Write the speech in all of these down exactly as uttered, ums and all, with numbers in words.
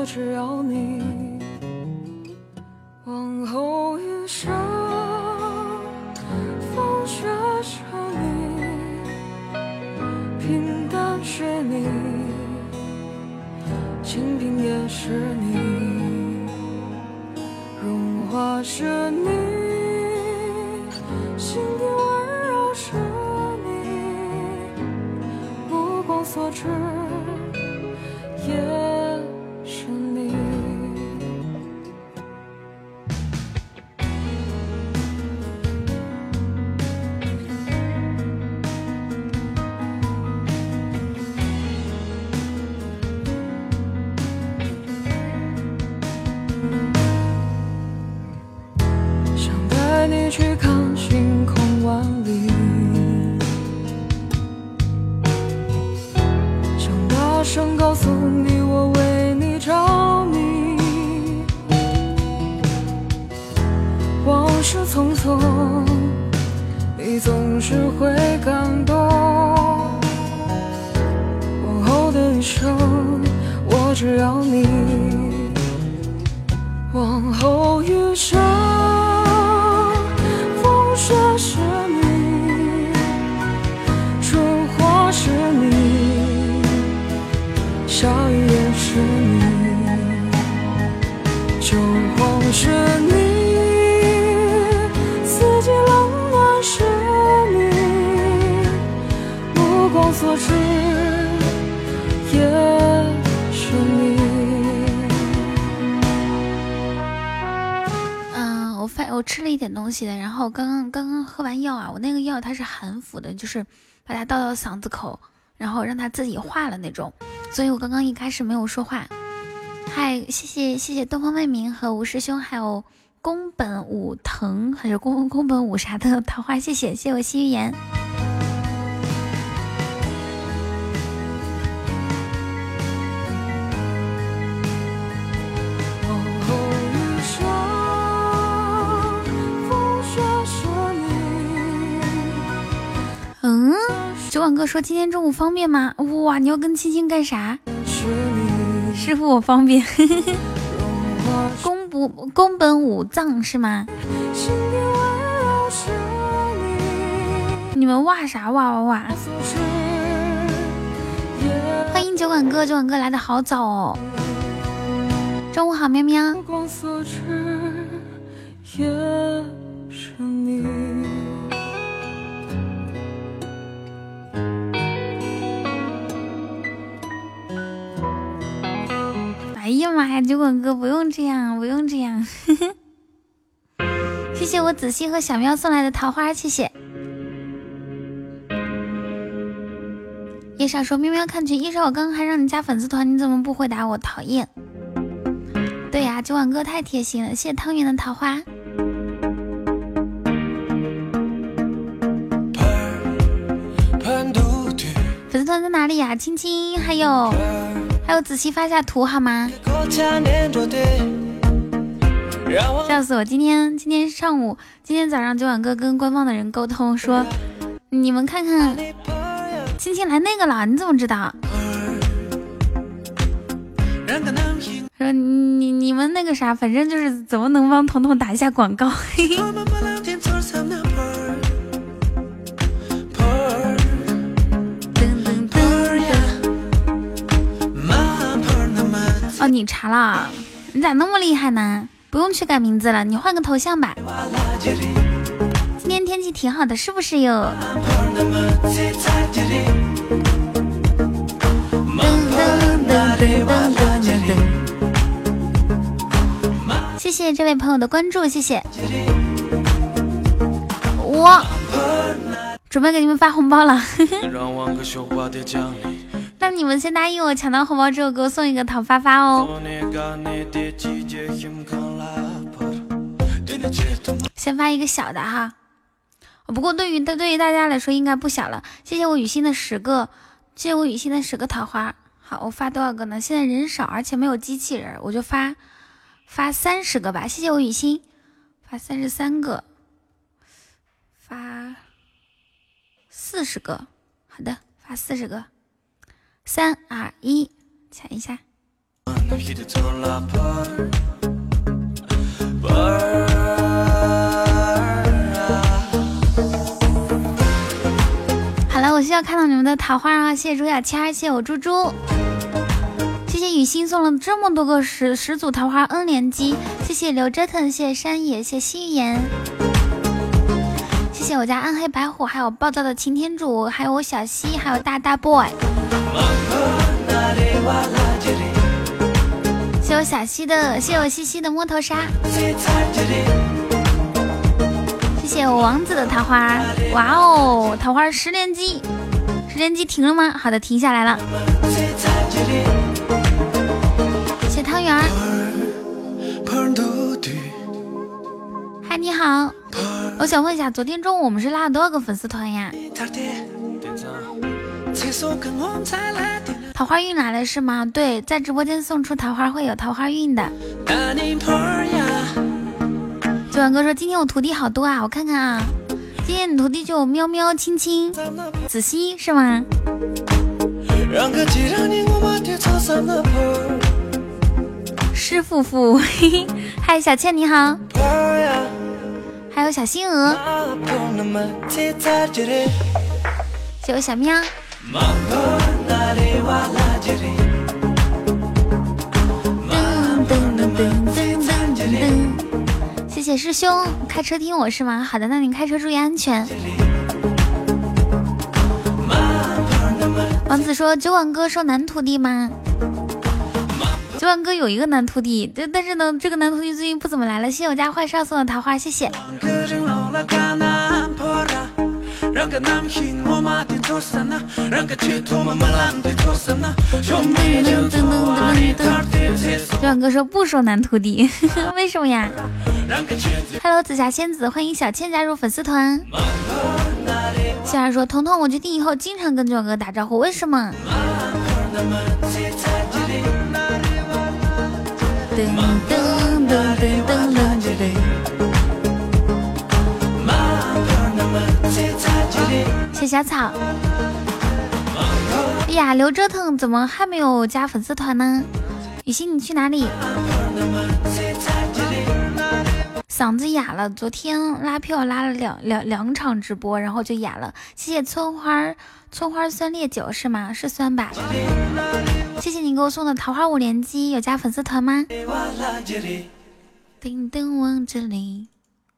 只要你，往后余生风雪是你，平淡是你，清贫也是你，荣华是你，心底温柔是你，目光所至也是你。想带你去看星空万里，想大声告诉你我为你着迷。往事匆匆，你总是会感动。往后的余生，我只要你。往后余生，风雪是你，春花是你，夏雨也是你，秋黄是你，四季冷暖是你，目光所至也是你。 嗯，我发我吃了一点东西的，然后刚刚刚刚喝完药啊，我那个药它是含服的，就是把它倒到嗓子口，然后让它自己化了那种，所以我刚刚一开始没有说话。嗨，谢谢谢谢东方未明和吴师兄，还有宫本武藤还是宫宫本武啥的桃花，谢谢谢谢我西域言。 往后余生，风雪是你。 嗯，九晚哥说今天中午方便吗？哇，你要跟青青干啥？师傅我方便。宫不宫本武藏是吗？你们哇啥哇哇哇？欢迎九晚哥，九晚哥来的好早哦。中午好，喵喵。哎呀妈呀，九滚哥不用这样，不用这样。谢谢我子熙和小喵送来的桃花，谢谢。叶少说喵喵看群，叶少我刚刚还让你加粉丝团，你怎么不回答我？讨厌。对呀、啊，九晚哥太贴心了，谢谢汤圆的桃花。粉丝团在哪里呀、啊？青青还有还有仔细发下图好吗？笑死我！今天今天上午今天早上九晚哥跟官方的人沟通说，你们看看青青来那个了，你怎么知道？说你你们那个啥，反正就是怎么能帮彤彤打一下广告？嘿嘿。哦，你查了？你咋那么厉害呢？不用去改名字了，你换个头像吧。今天天气挺好的，是不是哟？谢谢这位朋友的关注，谢谢。我准备给你们发红包了。那你们先答应我，抢到红包之后给我送一个讨发发哦。先发一个小的哈，不过对于对于大家来说应该不小了。谢谢我雨欣的十个，谢谢我雨欣的十个桃花。好，我发多少个呢？现在人少，而且没有机器人，我就发发三十个吧。谢谢我雨欣，发三十三个，发四十个。好的，发四十个。三二一，抢一下。 好了，我需要看到你们的桃花啊！谢谢朱雅谦，谢谢我猪猪，谢谢雨欣送了这么多个十十组桃花 N 连击，谢谢刘折腾，谢谢山野，谢谢西言，谢谢我家暗黑白虎，还有暴躁的擎天主，还有我小西，还有大大 boy， 谢谢我小西的，谢谢我西西的摸头杀，谢谢我王子的桃花，哇哦，桃花十连击，十连击停了吗？好的，停下来了。谢汤圆儿，嗨，你好，我想问一下，昨天中午我们是拉了多少个粉丝团呀？桃花运来了是吗？对，在直播间送出桃花会有桃花运的。九万哥说今天我徒弟好多啊，我看看啊，今天你徒弟就有喵喵、青青、子熙是吗？师傅傅，嘿嘿，嗨，小倩你好，还有小星鹅，谢谢小喵。噔噔噔噔噔噔噔。谢谢师兄，开车听我是吗？好的，那您开车注意安全。王子说九万哥收男徒弟吗？九万哥有一个男徒弟，但但是呢，这个男徒弟最近不怎么来了。谢谢我家坏少送的桃花，谢谢。九万哥说不收男徒弟，为什么呀 ？Hello， 紫霞仙子，欢迎小倩加入粉丝团。谢儿说，彤彤，我决定以后经常跟九万哥打招呼，为什么？噔噔噔噔噔噔噔。谢小草。哎呀，刘折腾怎么还没有加粉丝团呢？雨欣，你去哪里？嗓子哑了，昨天拉票拉了两两两场直播，然后就哑了。谢谢村花村花酸烈酒是吗？是酸吧？谢谢你给我送的桃花五连击，有加粉丝团吗？叮叮往这里。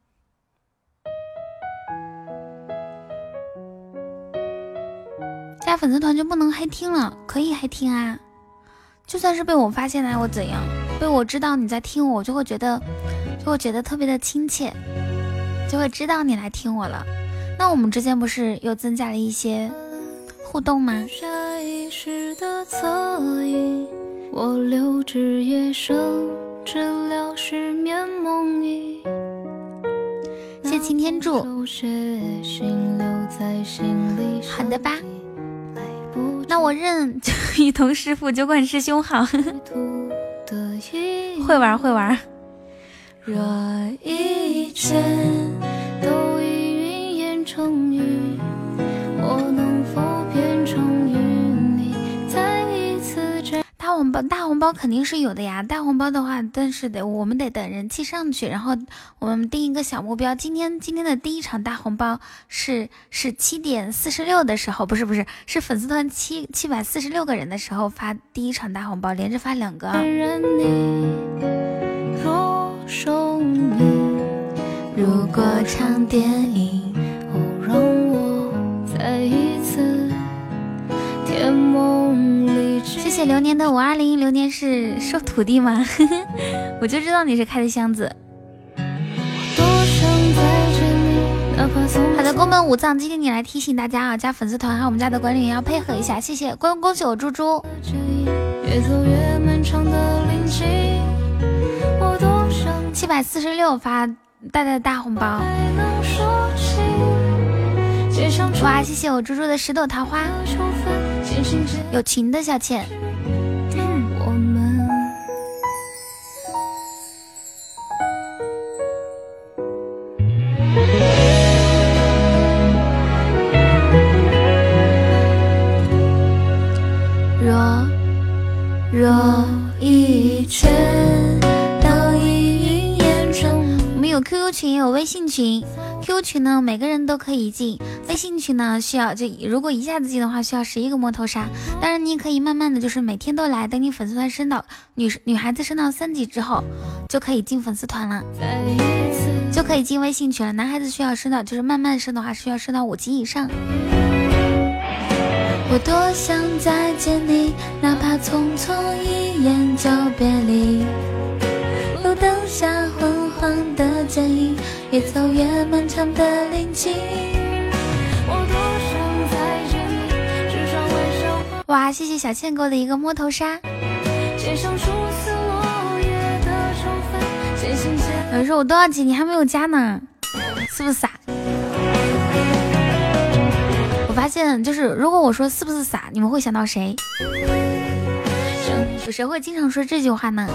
加粉丝团就不能黑听了？可以黑听啊，就算是被我发现了，我怎样？被我知道你在听我，我就会觉得，就会觉得特别的亲切，就会知道你来听我了。那我们之间不是又增加了一些互动吗？下意识的侧影，我留至夜深，治疗失眠梦呓。谢谢擎天柱。好的吧。那我认雨桐师傅，酒馆师兄好。会玩会玩。若一切都已云烟成雨，我能否变成云里再一次摘？大红包大红包肯定是有的呀，大红包的话，但是得我们得等人气上去，然后我们定一个小目标。今天今天的第一场大红包是是七点四十六的时候，不是不是是粉丝团七七百四十六个人的时候发第一场大红包，连着发两个啊。若生命如果场电影，哦，让我再一次甜梦里。谢谢流年的五二零，流年是收徒弟吗？我就知道你是开的箱子。好的，宫本武藏，今天你来提醒大家啊，加粉丝团还有我们家的管理员要配合一下，谢谢。恭恭喜我猪猪。越走越漫长的林径，七百四十六发大大的大红包，哇！谢谢我猪猪的十朵桃花，有情的小倩。我们若若若一圈，倒映云烟中。我们有 Q Q 群，也有微信群。Q Q 群呢，每个人都可以进；微信群呢，需要就如果一下子进的话，需要十一个摸头杀。当然，你也可以慢慢的，就是每天都来，等你粉丝团升到女女孩子升到三级之后，就可以进粉丝团了，就可以进微信群了。男孩子需要升到，就是慢慢升的话，需要升到五级以上。我多想再见你，哪怕匆匆一眼就别离。路灯下昏黄的剪影，越走越漫长的林径。哇，谢谢小倩给我的一个摸头杀。有人说我多少级，你还没有加呢，是不是傻？我发现就是如果我说是不是傻，你们会想到谁？有谁会经常说这句话呢？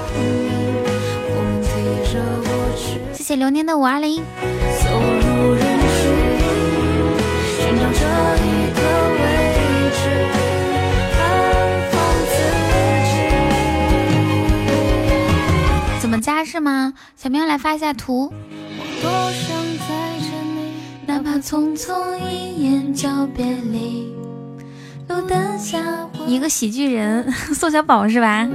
谢谢流年的五二零。怎么加是吗？小喵来发一下图。哪怕匆匆一眼就别离。路灯下一个喜剧人宋小宝是吧？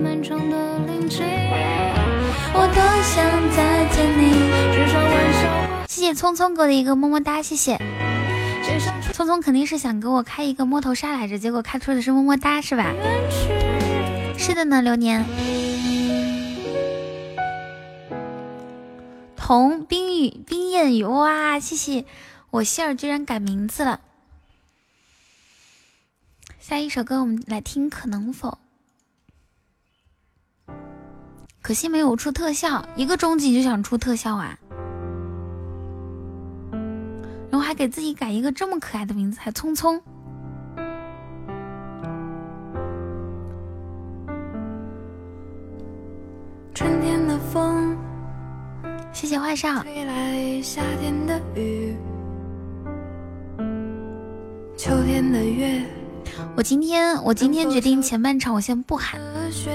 我多想再见你。谢谢聪聪给我的一个么么哒，谢谢。聪聪肯定是想给我开一个摸头杀来着，结果开出的是么么哒是吧？是的呢，流年。童冰雨冰燕雨，哇，谢谢我希儿居然改名字了。下一首歌我们来听可能否。可惜没有出特效，一个终极就想出特效啊，然后还给自己改一个这么可爱的名字，还匆匆。春天的风，谢谢坏少。吹来夏天的雨，秋天的月。我今天我今天决定前半场我先不喊。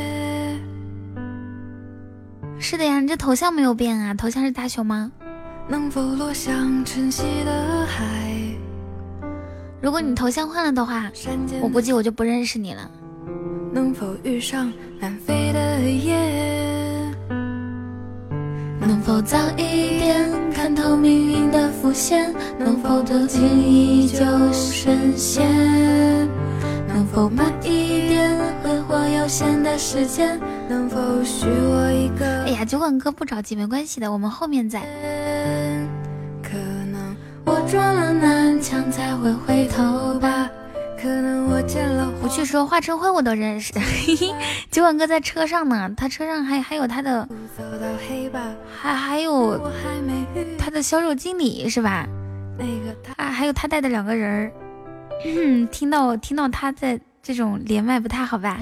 是的呀，你这头像没有变啊，头像是大熊吗？能否落向晨曦的海？如果你头像换了的话，我估计我就不认识你了。能否遇上南飞的夜？能否早一点看透命运的伏线？能否多轻易就深陷？能否慢一点挥霍有限的时间？能否许我一个？哎呀，酒馆哥不着急，没关系的，我们后面再。可能我撞了南墙才会回头吧，可能我见了。不去说华晨辉我都认识，酒馆哥在车上呢，他车上还还有他的，还还有他的销售经理是吧？啊，还有他带的两个人儿。嗯，听到听到他在这种连麦不太好吧？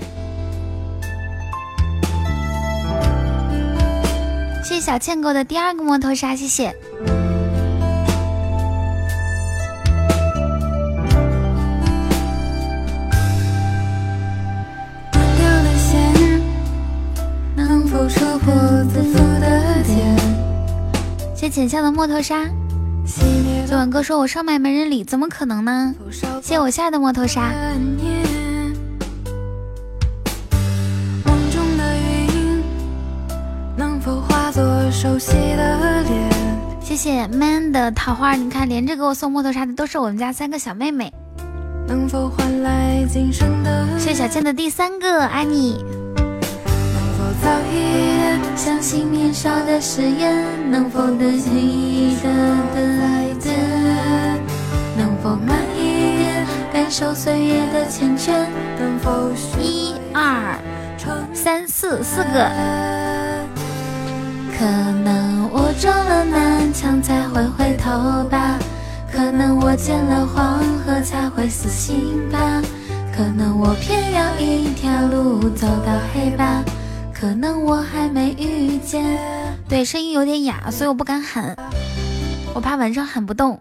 谢谢小倩狗的第二个摸头杀，谢谢。断掉的线，能否触破自负的茧？谢谢浅笑的摸头杀。昨晚哥说我上麦没人理，怎么可能呢？谢谢我下的摸头杀。梦中的云能否化作熟悉的脸？谢谢 man 的桃花，你看连着给我送摸头杀的都是我们家三个小妹妹。能否换来今生的？谢谢小倩的第三个，爱你。早一点相信年少的誓言，能否更轻易的来电？能否慢一点感受岁月的缱绻？能否一二三四四个？可能我撞了南墙才会回头吧，可能我见了黄河才会死心吧，可能我偏要一条路走到黑吧，可能我还没遇见。对，声音有点哑，所以我不敢喊，我怕晚上喊不动。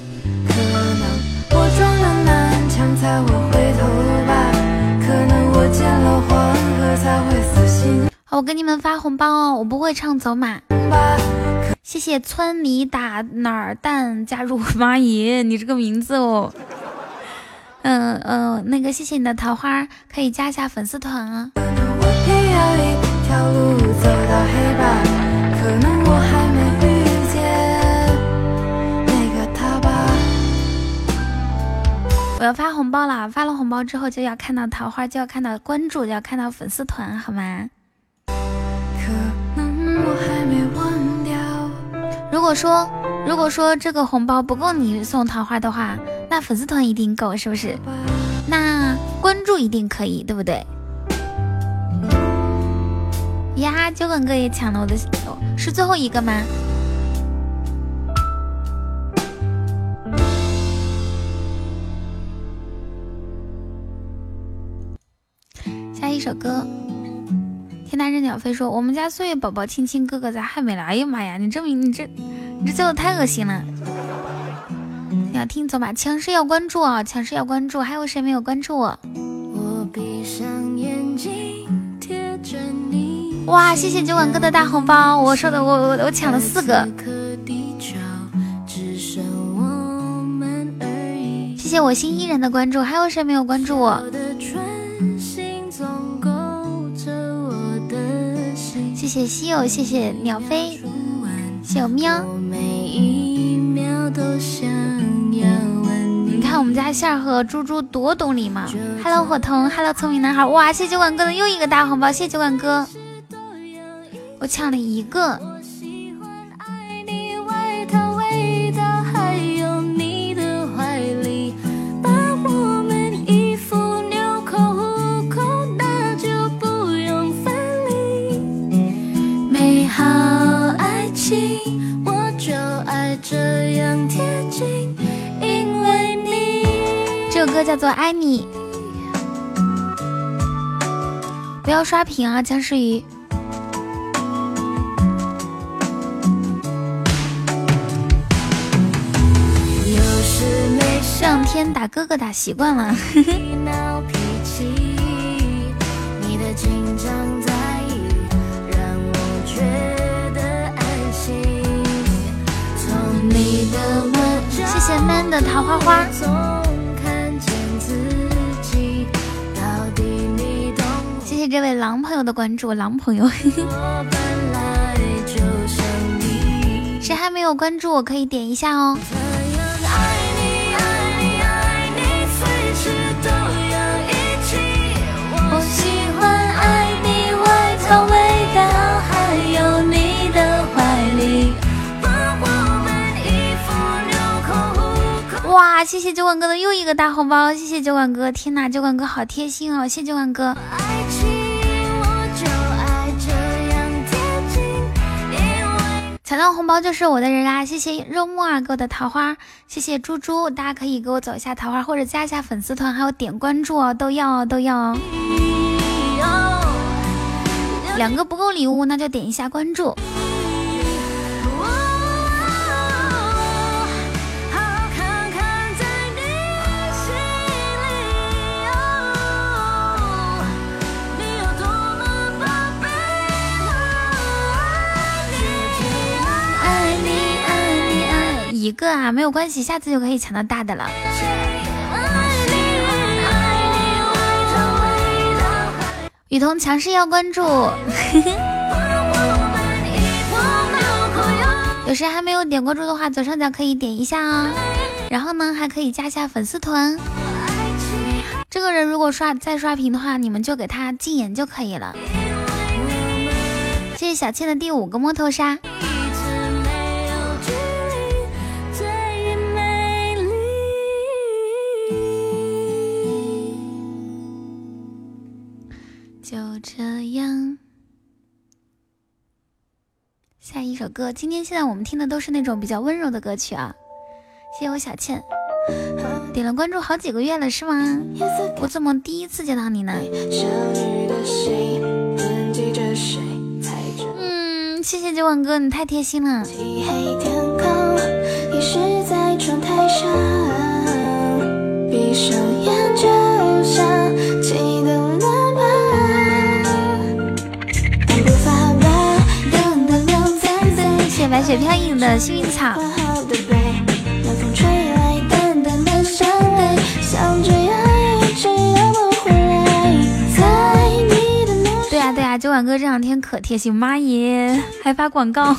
可能我撞了南墙才会回头吧，可能我见了黄河才会死心。 好，我给你们发红包哦，我不会唱走马。谢谢村里打哪儿蛋加入蚂蚁，你这个名字哦。嗯嗯、呃，那个谢谢你的桃花，可以加一下粉丝团啊。 我也要一条路走到黑吧，可能我还没遇见那个他吧。 我要发红包了，发了红包之后就要看到桃花，就要看到关注，就要看到粉丝团，好吗？ 可能我还没忘掉。 如果说如果说这个红包不够你送桃花的话，那粉丝团一定够，是不是？那关注一定可以，对不对？呀，酒馆哥也抢了我的，哦，是最后一个吗？下一首歌，天大任鸟飞说：“我们家岁月宝宝亲亲哥哥咋还没来？哎呀妈呀，你这名你这你这叫的太恶心了！”你要听走吧，强势要关注啊，强势要关注，还有谁没有关注我？ 我闭上眼睛贴着你。 哇，谢谢酒馆哥的大红包，我说的我我我抢了四个。谢谢我心依然的关注，还有谁没有关注我？谢谢西柚，谢谢鸟飞，谢谢喵。你看我们家馅儿和猪猪多懂礼貌。Hello 火童 ，Hello 聪明男孩，哇，谢谢酒馆哥的又一个大红包，谢谢酒馆哥，我抢了一个。 美好爱情，我就爱这样贴近，因为你。 这首歌叫做《爱你》，不要刷屏啊，姜诗雨。这两天打哥哥打习惯了。 闹脾气，你的紧张在意，让我觉得安心。从你的目光， 谢谢 man 的桃花花。谢谢这位狼朋友的关注，狼朋友。谁还没有关注我可以点一下哦。 我喜欢爱你外套味道，还有你的怀里，把我们衣服纽扣。 哇，谢谢酒馆哥的又一个大红包，谢谢酒馆哥，天哪，酒馆哥好贴心哦，谢谢酒馆哥。 爱情我就爱这样贴近，因为抢到红包就是我的人啦，谢谢肉木耳给我的桃花，谢谢猪猪，大家可以给我走一下桃花，或者加一下粉丝团，还有点关注哦，都要哦，都要哦。两个不够礼物，那就点一下关注。一个啊，没有关系，下次就可以抢到大的了。雨桐强势要关注，有谁还没有点关注的话，左上角可以点一下啊、哦。然后呢，还可以加下粉丝团。这个人如果刷再刷屏的话，你们就给他禁言就可以了。谢谢小倩的第五个摸头杀。就这样，下一首歌。今天现在我们听的都是那种比较温柔的歌曲啊。谢谢我小倩，点了关注好几个月了是吗？我怎么第一次见到你呢？嗯，谢谢酒馆哥，你太贴心了。漆黑天空，你是在窗台上，闭上眼就像记得那感谢飘影的幸运草。对呀、啊、对呀、啊，酒馆哥这两天可贴心，妈耶，还发广告。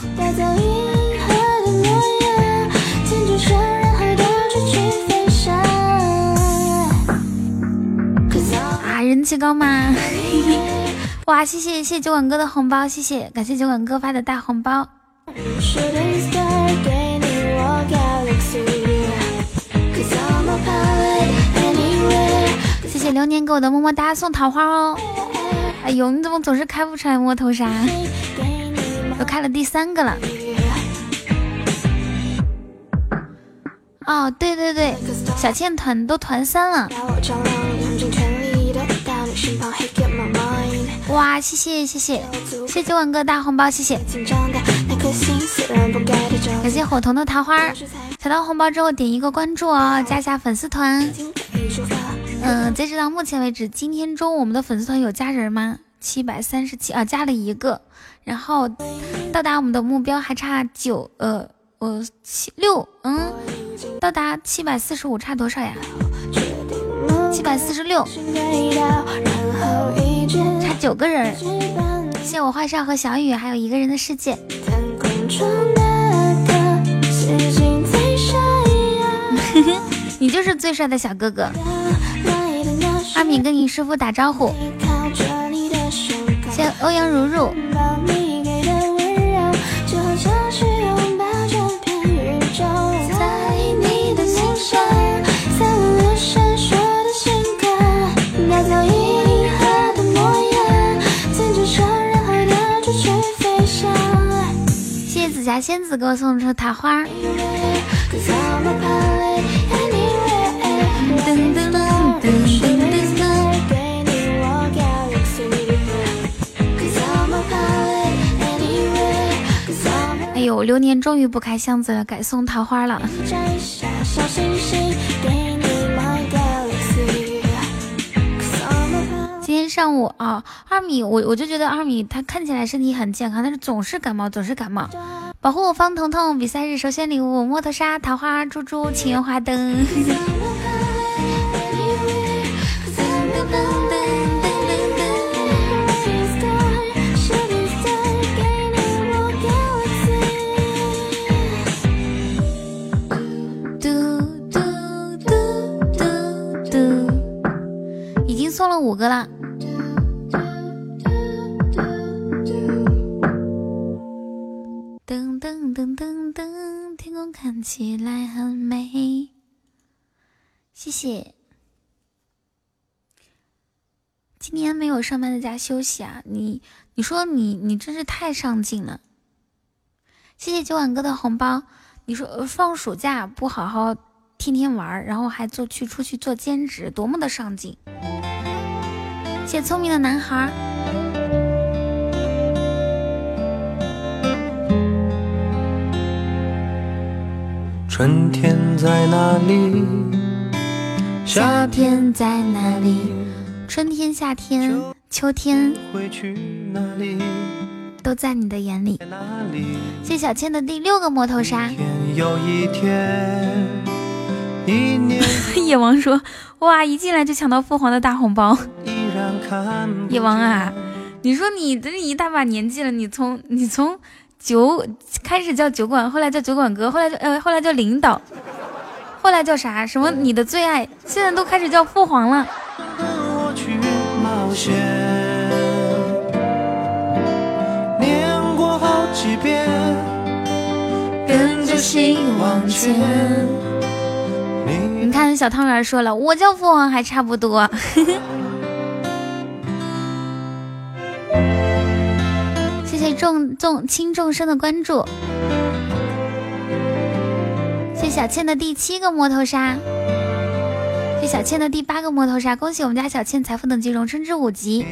啊，人气高吗？哇，谢谢谢谢酒馆哥的红包，谢谢，感谢酒馆哥发的大红包。谢谢流年给我的么么哒，送桃花哦。哎呦，你怎么总是开不出来摸头杀？都开了第三个了。哦，对对对，小倩团都团三了。哇，谢谢谢谢谢谢九万个大红包，谢谢。感谢火童的桃花，抢到红包之后点一个关注哦，加下粉丝团。嗯、呃，截止到目前为止，今天中午我们的粉丝团有加人吗？七百三十七啊，加了一个，然后到达我们的目标还差九呃呃七六嗯，到达七百四十五差多少呀？七百四十六，差九个人。谢谢我花少和小雨，还有一个人的世界。你就是最帅的小哥哥。阿敏跟你师傅打招呼。谢谢欧阳如如。谢谢紫霞仙子给我送出桃花。噔噔噔噔噔噔。哎呦，流年终于不开箱子了，改送桃花了。今天上午啊、哦，二米，我我就觉得二米他看起来身体很健康，但是总是感冒，总是感冒。保护我方彤彤，比赛日首选礼物：摩托沙、桃花、猪猪、情缘花灯。已经送了五个了。噔噔噔噔噔，天空看起来很美。谢谢。今年没有上班在家休息啊？你你说你你真是太上进了。谢谢九碗哥的红包。你说放暑假不好好天天玩，然后还做去出去做兼职，多么的上进。谢谢聪明的男孩。 春天在哪里？ 夏天在哪里？春天、夏天、秋天会去哪里？ 都在你的眼里。谢谢小倩的第六个摸头杀。 有一天，一年野王说：“哇，一进来就抢到父皇的大红包。”野王啊，你说你这一大把年纪了，你从你从酒开始叫酒馆，后来叫酒馆哥，后来呃后来叫领导，后来叫啥什么你的最爱，现在都开始叫父皇了。 我去冒险，念过好几遍，跟着心往前。 你看小汤圆说了，我叫父皇还差不多。谢谢众众轻众生的关注，谢谢小倩的第七个摸头杀，谢谢小倩的第八个摸头杀，恭喜我们家小倩财富等级荣升至五级。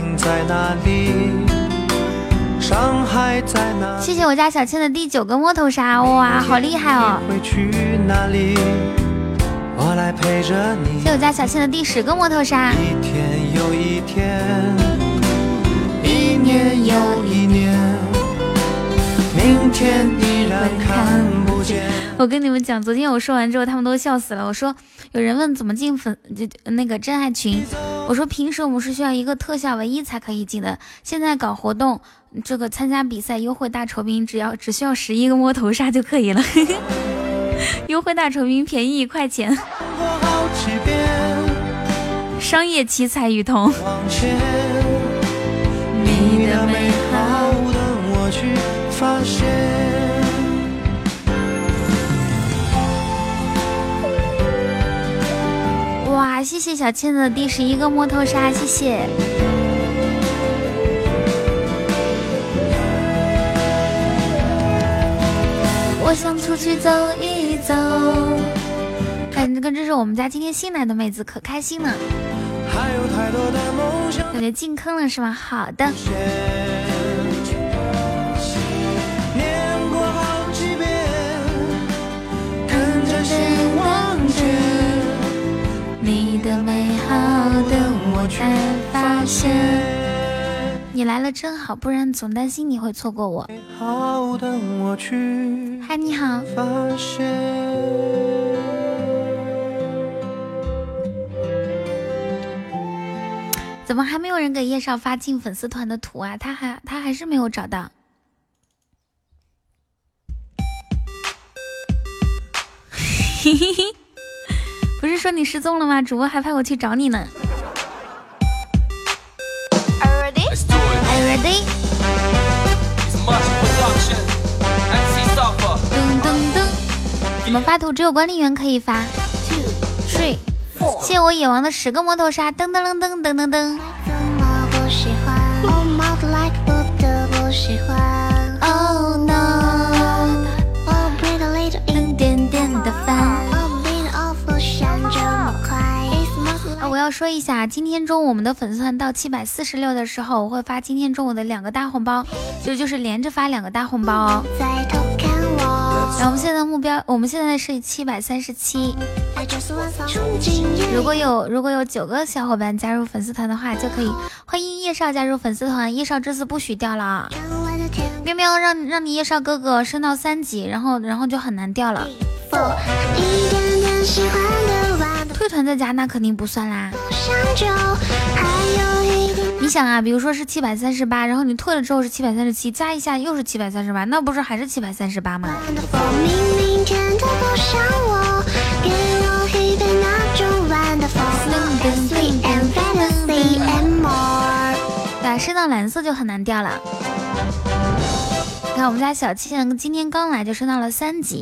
谢谢我家小倩的第九个摸头杀，哇，好厉害哦！ 我来陪着你。 谢谢我家小倩的第十个摸头杀。 一天又一天，一年又一年，明天依然我跟你们讲，昨天我说完之后，他们都笑死了。我说有人问怎么进粉那个真爱群，我说平时我们是需要一个特效唯一才可以进的，现在搞活动，这个参加比赛优惠大酬宾，只要只需要十一个摸头杀就可以了。优惠大酬宾便宜一块钱。商业奇才雨桐， 你的美好等我去发现。 哇，谢谢小倩的第十一个摸头杀，谢谢。我想出去走一走，感觉这是我们家今天新来的妹子，可开心了。 还有太多的梦想， 感觉进坑了是吗？好的。 念过好几遍，跟着心往前， 你的美好等我才发现。你来了真好，不然总担心你会错过我。 好等我去嗨，你好。 发现。 怎么还没有人给叶少发进粉丝团的图啊？他还他还是没有找到。嘿嘿嘿，不是说你失踪了吗？主播还派我去找你呢。Are you ready? Are you ready? 噔噔噔，怎么发图？只有管理员可以发。Two, three.谢谢我野王的十个摩头杀，噔噔噔噔噔噔噔。Oh no， 一点点的烦。啊，我要说一下，今天中午我们的粉丝团到七百四十六的时候，我会发今天中午的两个大红包，就就是连着发两个大红包哦。然后我们现在的目标，我们现在是七百三十七。如果有如果有九个小伙伴加入粉丝团的话，就可以欢迎叶少加入粉丝团。叶少这次不许掉了，喵喵让让你叶少哥哥升到三级，然后然后就很难掉了。退团在家那肯定不算啦。你想啊，比如说是七百三十八，然后你退了之后是七百三十七，加一下又是七百三十八，那不是还是七百三十八吗？对啊，升到蓝色就很难掉了。看我们家小倩今天刚来就升到了三级。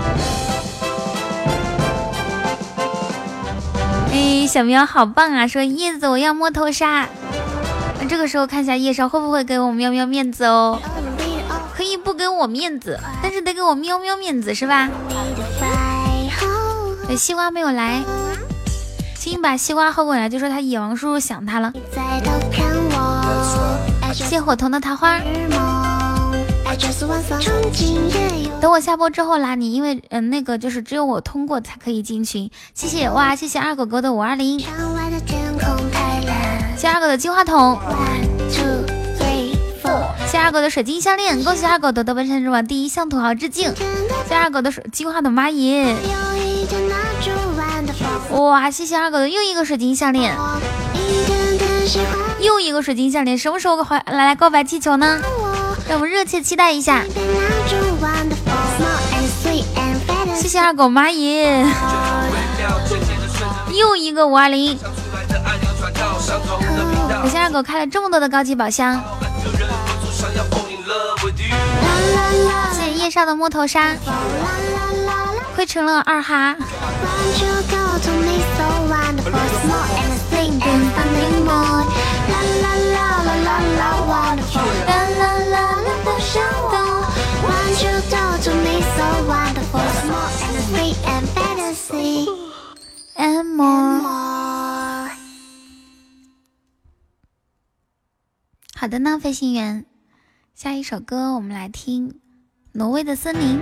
哎，小喵好棒啊！说叶子我要摸头杀。那这个时候看一下叶少会不会给我喵喵面子哦？可以不给我面子，但是得给我喵喵面子是吧？对，西瓜没有来，请把西瓜喝过来，就说他野王叔叔想他了。谢火童的桃花。等我下播之后拉你，因为嗯、呃、那个就是只有我通过才可以进群。谢谢哇，谢谢二狗狗的五二零，谢谢二狗的金话筒，谢谢二狗的水晶项链，恭喜二狗夺得本场之王第一向土豪致敬。谢谢二狗的水金话筒妈耶，哇，谢谢二狗的又一个水晶项链，又一个水晶项链，什么时候来来告白气球呢？让我们热切期待一下。谢谢二狗妈耶，又一个五二零。感谢二狗开了这么多的高级宝箱。谢谢叶少的木头杀，亏成了二哈。And more。好的呢，飞行员，下一首歌我们来听《挪威的森林》。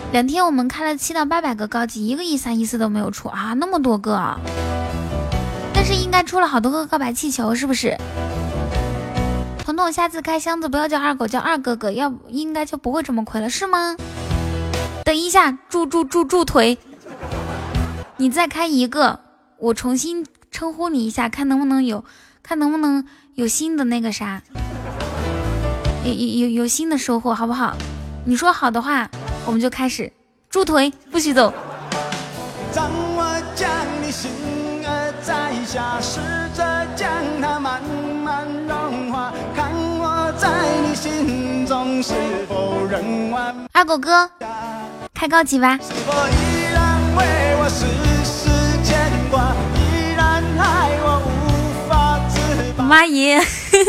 两天我们开了七到八百个高级，一个一三一四都没有出啊，那么多个啊！但是应该出了好多个告白气球，是不是？彤彤，下次开箱子不要叫二狗，叫二哥哥，要应该就不会这么亏了，是吗？等一下，住住住住腿，你再开一个，我重新称呼你一下，看能不能有，看能不能有新的那个啥，有有有新的收获，好不好？你说好的话，我们就开始。住腿，不许走。 当我将你心儿摘下，试着将它慢慢融化，看我在你心中是否仍完。 二狗哥，开高级吧。 是否依然为我时时牵挂，依然爱我无法自拔。 妈耶！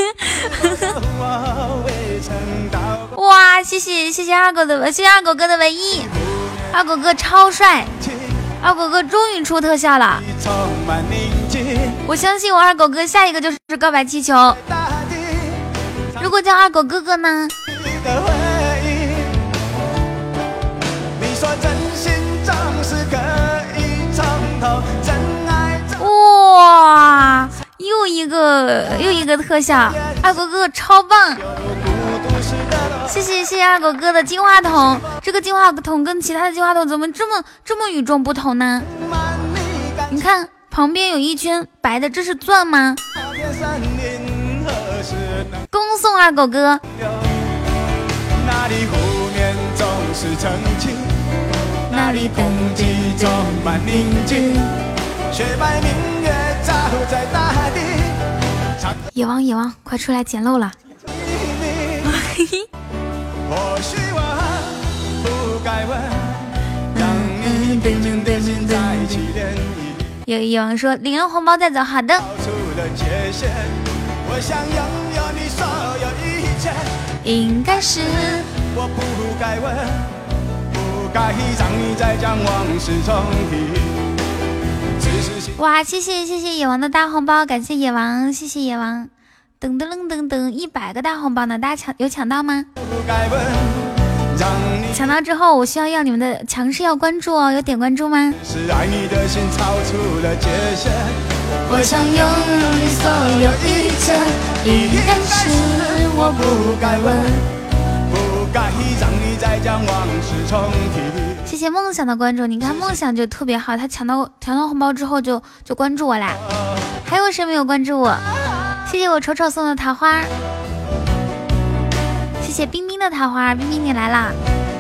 哇，谢谢谢谢二狗的，谢谢二狗哥的唯一，二狗哥超帅，二狗哥终于出特效了。我相信我二狗哥下一个就是告白气球。如果叫二狗哥哥呢？哇，又一个又一个特效，二狗哥超棒！谢谢谢谢二狗哥的金话筒，这个金话筒跟其他的金话筒怎么这么这么与众不同呢？你看旁边有一圈白的，这是钻吗？恭送二狗哥。那里湖面总是澄清，那里空气充满宁静，雪白明月照在大地。野王野王，快出来捡漏了。或许我不该问，让你变成变成在一起涟漪。有野王说领了红包再走，好的。我想拥有你所有一切，应该是我不该问，不该让你再将往事重提。哇，谢谢谢谢野王的大红包，感谢野王，谢谢野王。噔噔噔噔噔，一百个大红包呢，大家抢有抢到吗？抢到之后，我需要要你们的强势要关注哦，有点关注吗？是爱你的心超出了界限，我想拥有你所有一切，应该是我不该问，不该让你再将往事重提。谢谢梦想的关注，你看梦想就特别好，他抢到抢到红包之后就就关注我啦。还有谁没有关注我？谢谢我丑丑送的桃花，谢谢冰冰的桃花，冰冰你来啦！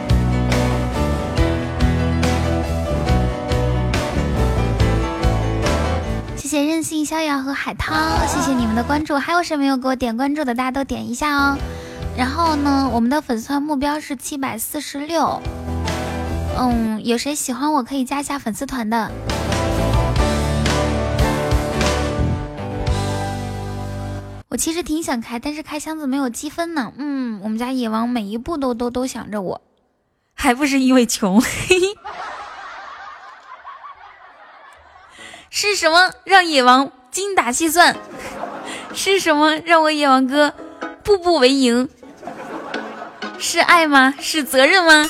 谢谢任性逍遥和海涛，谢谢你们的关注。还有谁没有给我点关注的，大家都点一下哦。然后呢，我们的粉丝团目标是七百四十六。嗯，有谁喜欢我可以加一下粉丝团的。我其实挺想开，但是开箱子没有积分呢。嗯，我们家野王每一步都都都想着我，还不是因为穷。是什么让野王精打细算？是什么让我野王哥步步为营？是爱吗？是责任吗？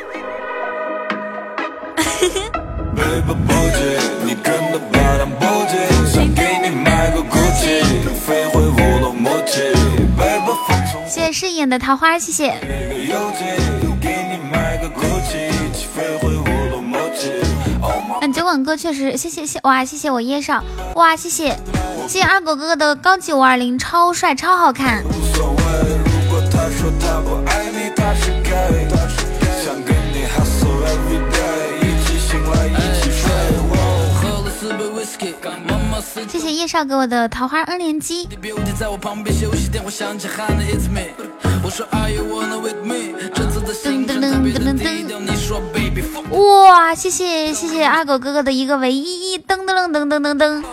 谢谢饰演的桃花，谢谢。嗯，酒馆哥确实，谢谢谢哇，谢谢我叶少，哇，谢谢谢谢二狗哥哥的高级五二零，超帅超好看。谢谢叶少给我的桃花 N 连击。噔噔噔噔噔，哇！谢谢谢谢二狗哥哥的一个唯一，噔噔噔噔噔噔。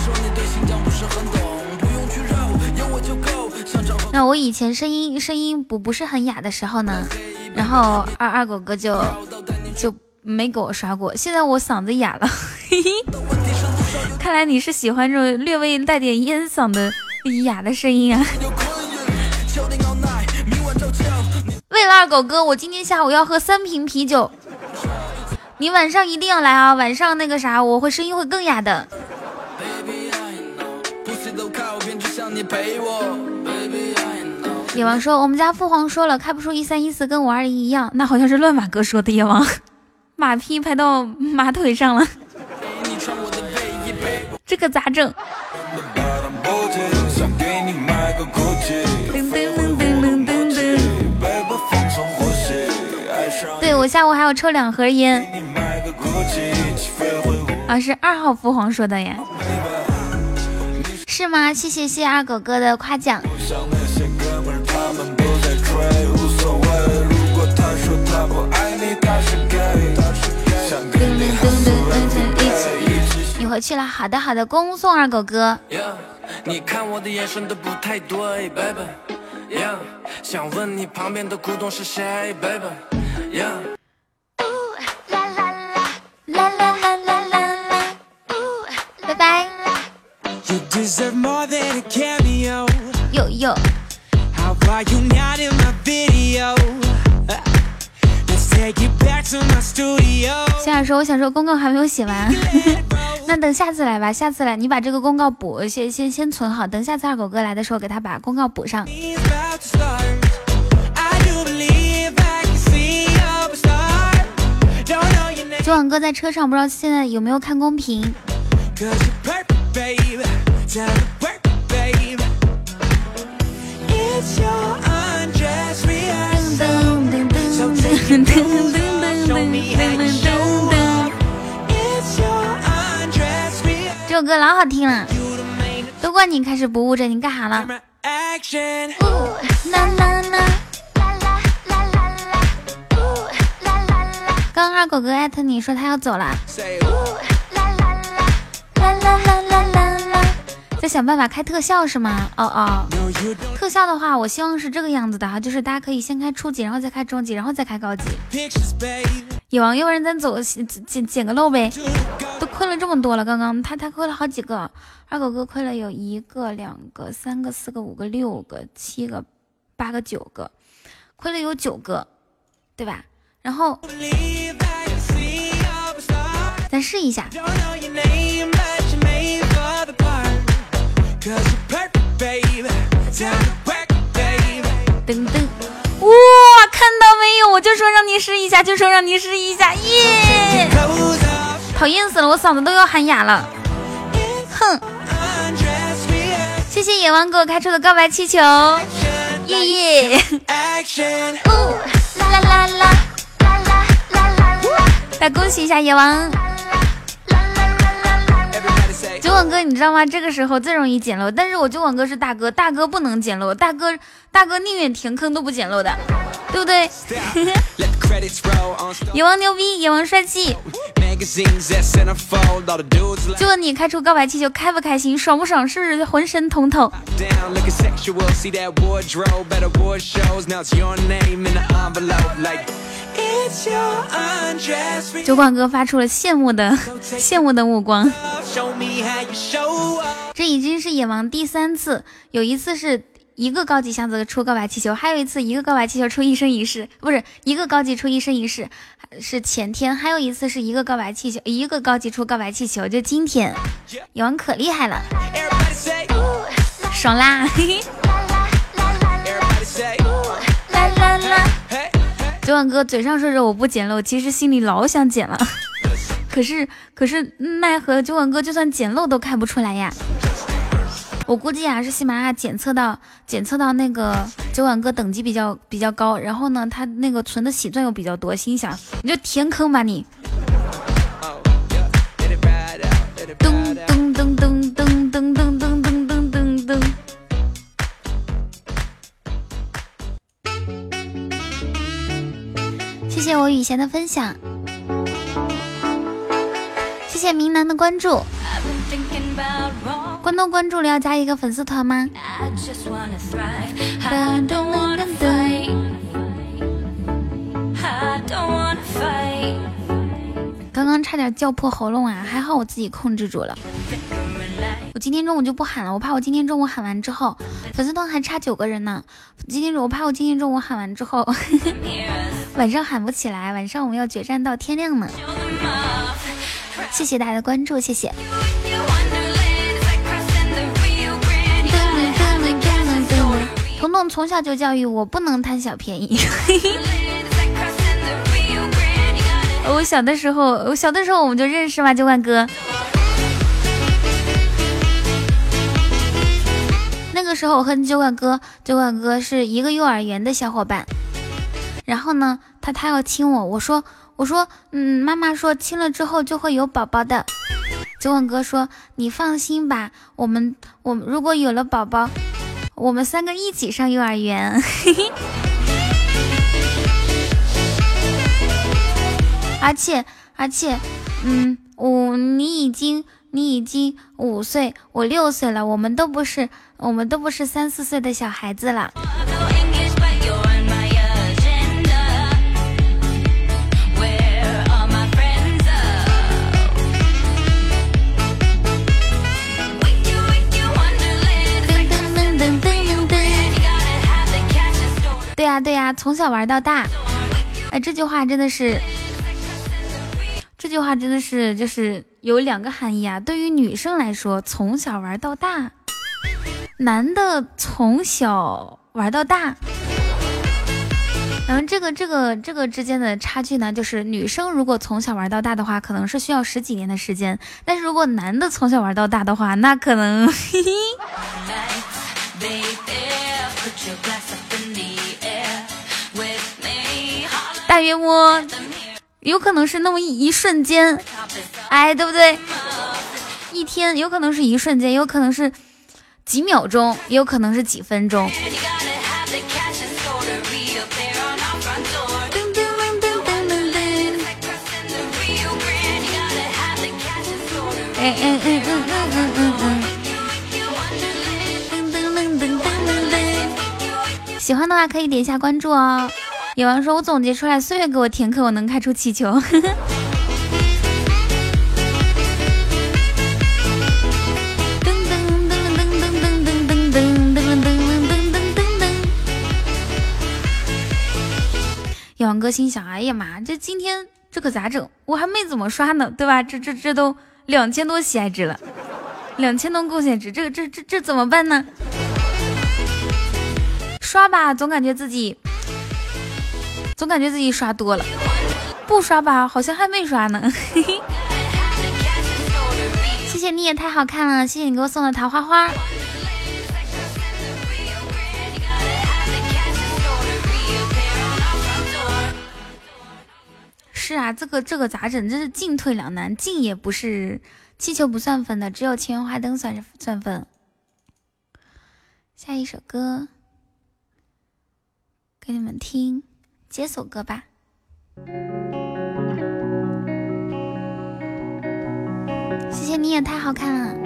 那我以前声音声音不不是很哑的时候呢，然后二二狗哥就就没给我刷过，现在我嗓子哑了。嘿嘿，看来你是喜欢这种略微带点烟嗓的哑的声音啊。为了二狗哥，我今天下午要喝三瓶啤酒。 你晚上一定要来啊！晚上那个啥，我会声音会更哑的。野王说，我们家父皇说了，开不出一三一四跟五二零一样，那好像是乱马哥说的。野王，马屁拍到马腿上了，这可咋整？对，我下午还要抽两盒烟。啊，是二号父皇说的呀。是吗？谢谢谢二狗哥的夸奖。你回去了，好的好的，恭送二狗哥。你看我的眼神都不太对 baby yeah 想问你旁边的古董是谁 baby yeah 啦啦啦啦啦啦啦啦啦拜拜。You deserve more than a cameo. Yo yo. How are you not in my video? Let's take it back to my studio. 夏夏说，我想说公告还没有写完，那等下次来吧，下次来你把这个公告补，先先先存好，等下次二狗哥来的时候给他把公告补上。九晚哥在车上，不知道现在有没有看公屏。这首歌老好听了，都怪你开始不务正，你干啥了？刚刚二狗哥艾特你说他要走了，在想办法开特效是吗？哦哦，特效的话我希望是这个样子的哈，就是大家可以先开初级，然后再开中级，然后再开高级。野王，要不然咱走捡捡个漏呗，都亏了这么多了，刚刚他他亏了好几个，二狗哥亏了有一个两个三个四个五个六个七个八个九个，亏了有九个，对吧？然后咱试一下，噔噔，哇，看到没有？我就说让你试一下，就说让你试一下，耶！讨厌死了，我嗓子都要喊哑了。哼！谢谢野王给我开出的告白气球，耶耶！啦啦啦啦啦啦啦啦！来恭喜一下野王。九网哥，你知道吗？这个时候最容易捡漏，但是我九网哥是大哥，大哥不能捡漏，大哥大哥宁愿填坑都不捡漏的，对不对？野王牛逼，野王帅气。就问你开出告白气球开不开心，爽不爽，是不是浑身通透？酒馆哥发出了羡慕的羡慕的目光。这已经是野王第三次，有一次是一个高级箱子出告白气球，还有一次一个告白气球出一生一世，不是一个高级出一生一世，是前天，还有一次是一个告白气球，一个高级出告白气球，就今天。野王可厉害了，爽啦！啦啦啦！九晚哥嘴上说着我不捡漏，其实心里老想捡了，可是可是奈何九晚哥就算捡漏都开不出来呀。我估计啊是喜马拉雅检测到检测到那个九晚哥等级比较比较高，然后呢他那个存的喜钻又比较多，心想你就填坑吧你。噔噔噔噔噔噔噔噔噔噔噔噔。谢谢我雨贤的分享，谢谢明南的关注。关东关注了要加一个粉丝团吗？刚刚差点叫破喉咙啊，还好我自己控制住了。我今天中午就不喊了，我怕我今天中午喊完之后，粉丝团还差九个人呢。今天我怕我今天中午喊完之后， 晚上喊不起来，晚上我们要决战到天亮呢。谢谢大家的关注，谢谢。彤彤从小就教育我不能贪小便宜。我小的时候，我小的时候我们就认识嘛，九管哥。那个时候我和九管哥，九管哥是一个幼儿园的小伙伴。然后呢，他他要亲我，我说我说，嗯，妈妈说亲了之后就会有宝宝的。九管哥说，你放心吧，我们我们如果有了宝宝，我们三个一起上幼儿园。而且而且，嗯，我你已经你已经五岁，我六岁了，我们都不是我们都不是三四岁的小孩子了。对呀对呀，从小玩到大。哎，这句话真的是。这句话真的是就是有两个含义啊。对于女生来说，从小玩到大，男的从小玩到大。然后这个这个这个之间的差距呢，就是女生如果从小玩到大的话，可能是需要十几年的时间，但是如果男的从小玩到大的话，那可能嘿嘿大约摸有可能是那么一一瞬间，哎，对不对？一天有可能是一瞬间，有可能是几秒钟，也有可能是几分钟。哎哎哎嗯嗯嗯嗯嗯。喜欢的话可以点一下关注哦。有人说我总结出来，岁月给我填课，我能开出气球。有人哥心想，哎呀妈，这今天这可咋整？我还没怎么刷呢，对吧？这这这都两千多喜爱值了，两千多贡献值，这个这这这怎么办呢？刷吧，总感觉自己。总感觉自己刷多了，不刷吧好像还没刷呢。谢谢你也太好看了，谢谢你给我送的桃花花。是啊，这个这个咋整？这是进退两难，进也不是，气球不算分的，只有千元花灯算算分。下一首歌给你们听。接首歌吧。谢谢你也太好看了。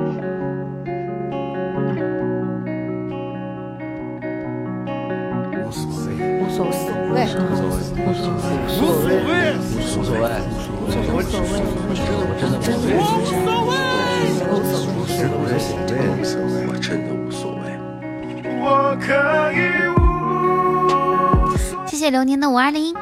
无所谓，无所谓，无所谓，无所谓，无所谓，无所谓，无所谓，我真的无所谓，无所谓，我真的无所谓，我可以。 谢谢流年的五二零，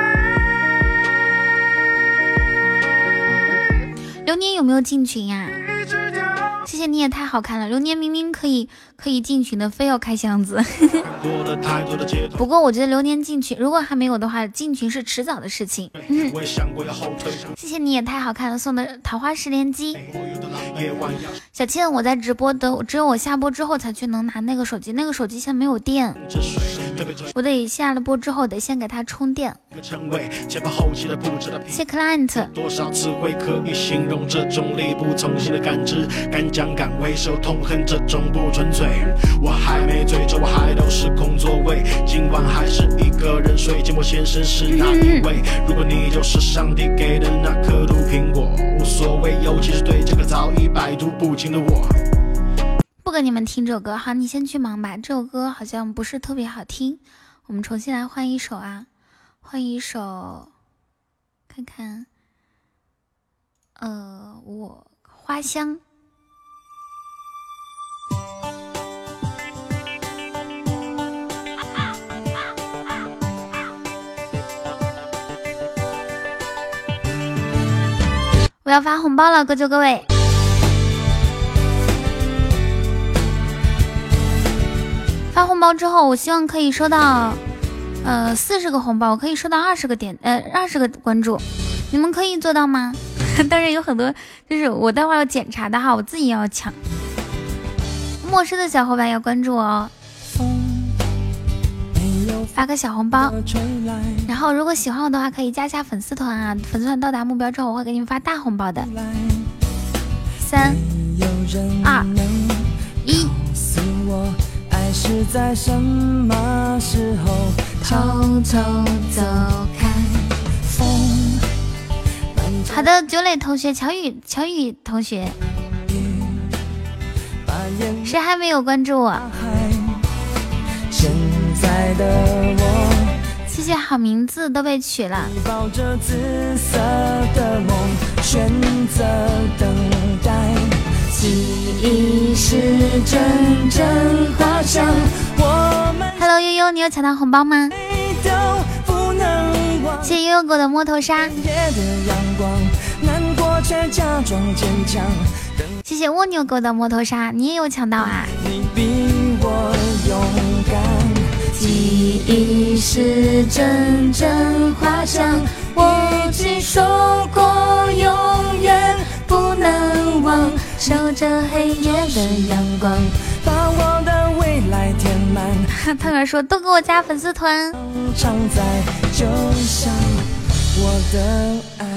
流年有没有进群呀、啊？谢谢你也太好看了，流年明明可以可以进群的，非要开箱子。不过我觉得流年进群，如果还没有的话，进群是迟早的事情。嗯、谢谢你也太好看了，送的桃花石连击。小倩，我在直播的，只有我下播之后才去能拿那个手机，那个手机现在没有电，我得下了播之后得先给它充电。谢 client。多少词汇可以形容这种力不从心的感知？敢讲敢为受痛恨这种不纯粹。我还没醉，这我还都是空座位。今晚还是一个人睡，寂寞先生是哪一位？如果你就是上帝给的那颗毒苹果，无所谓，尤其是对这个早已百毒不侵的我。不跟你们听这首歌，好，你先去忙吧。这首歌好像不是特别好听，我们重新来换一首啊，换一首，看看，呃，我花香。 我要发红包了，各就各位。发红包之后，我希望可以收到，呃，四十个红包，我可以收到二十个点，呃，二十个关注，你们可以做到吗？当然有很多，就是我待会儿要检查的哈，我自己要抢。陌生的小伙伴要关注我哦。发个小红包，然后如果喜欢我的话，可以加下粉丝团啊！粉丝团到达目标之后，我会给你们发大红包的。三、二、一。偷偷走开。好的，九磊同学，乔宇，乔宇同学，谁还没有关注我？现在的我，谢谢好名字都被取了。抱着紫色的梦，选择等待，记忆是阵阵花香。Hello 悠悠，你有抢到红包吗？谢谢悠悠狗的摸头杀。谢谢蜗牛狗的摸头杀，你也有抢到啊！你比我勇敢，记忆是阵阵花香，我只说过永远不能忘，守着黑夜的阳光，把我的未来填满。汤圆说都给我加粉丝团，常在就像我的爱。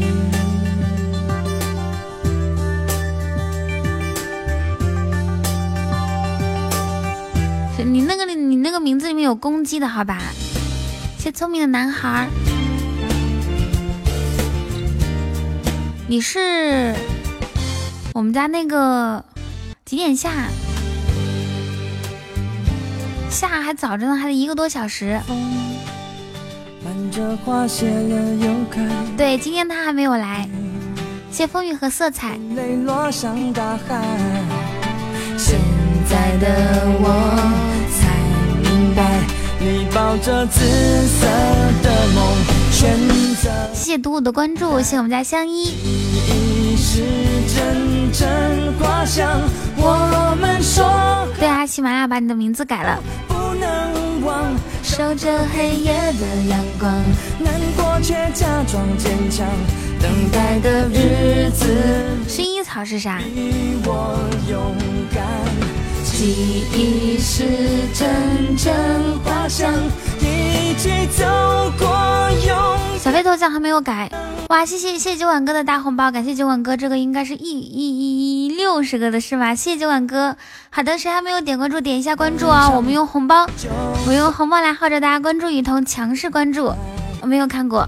你那个你那个名字里面有公鸡的好吧？谢谢聪明的男孩。你是我们家那个几点下？下还早着呢，还得一个多小时。对，今天他还没有来。谢风雨和色彩。现在的我才明白，你抱着紫色的梦，选择。谢谢独舞的关注，谢谢我们家香依。是阵阵花香，我们说。对啊，喜马拉雅把你的名字改了。不能忘，守着黑夜的阳光，难过却假装坚强，等待的日子。薰衣草是啥？我勇敢，记忆是阵阵花香，一起走过永。小飞头像还没有改，哇！谢谢谢谢九碗哥的大红包，感谢九碗哥，这个应该是一一一六十个的是吗？谢谢九碗哥。好的，谁还没有点关注，点一下关注啊！我们用红包，我用红包来号召大家关注雨桐，强势关注。我没有看过，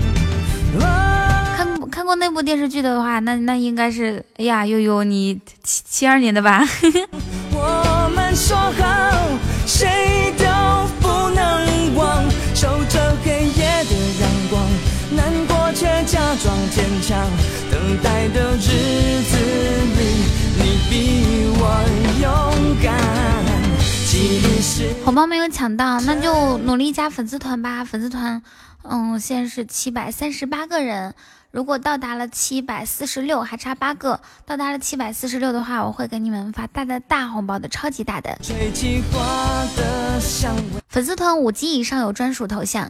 看看过那部电视剧的话，那那应该是，哎呀，悠悠你七七二年的吧？我们说好，谁都不能忘，守着黑夜的阳光，难过却假装坚强，等待的日子里，你比我勇敢。红包没有抢到，那就努力加粉丝团吧。粉丝团，嗯，现在是七百三十八个人。如果到达了七百四十六，还差八个，到达了七百四十六的话，我会给你们发大的大红包的，超级大的。粉丝团五级以上有专属头像，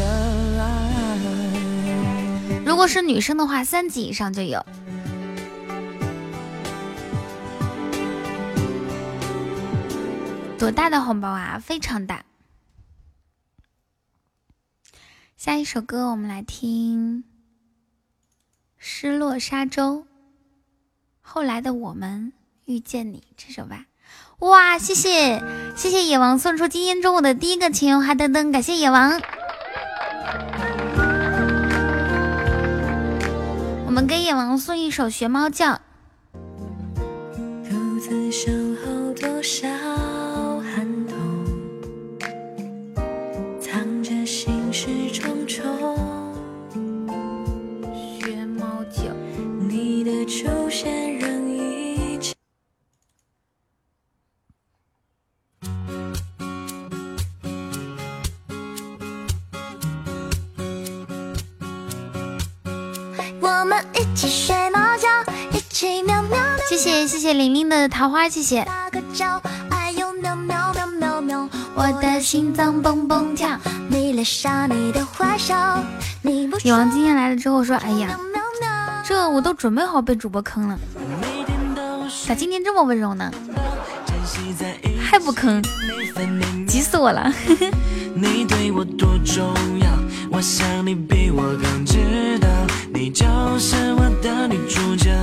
如果是女生的话，三级以上就有。多大的红包啊？非常大。下一首歌我们来听失落沙洲，后来的我们遇见你这首吧。哇，谢谢谢谢野王送出今天中午的第一个情油哈登登，感谢野王。我们给野王送一首学猫叫。独自守候多少寒冬，藏着心事重重。学猫叫，你的出现仍一直。 我们一起睡猫觉，一起喵喵喵。 谢谢谢谢玲玲的桃花，谢谢。 打个招，哎呦喵喵喵喵喵， 我的心脏蹦蹦跳， 迷恋上你的坏笑。你不女王今天来了之后说，哎呀， 喵喵喵， 这我都准备好被主播坑了，咋今天这么温柔呢？还不坑，急死我了。 你对我多重要，我想你比我更知道，你就是我的女主角。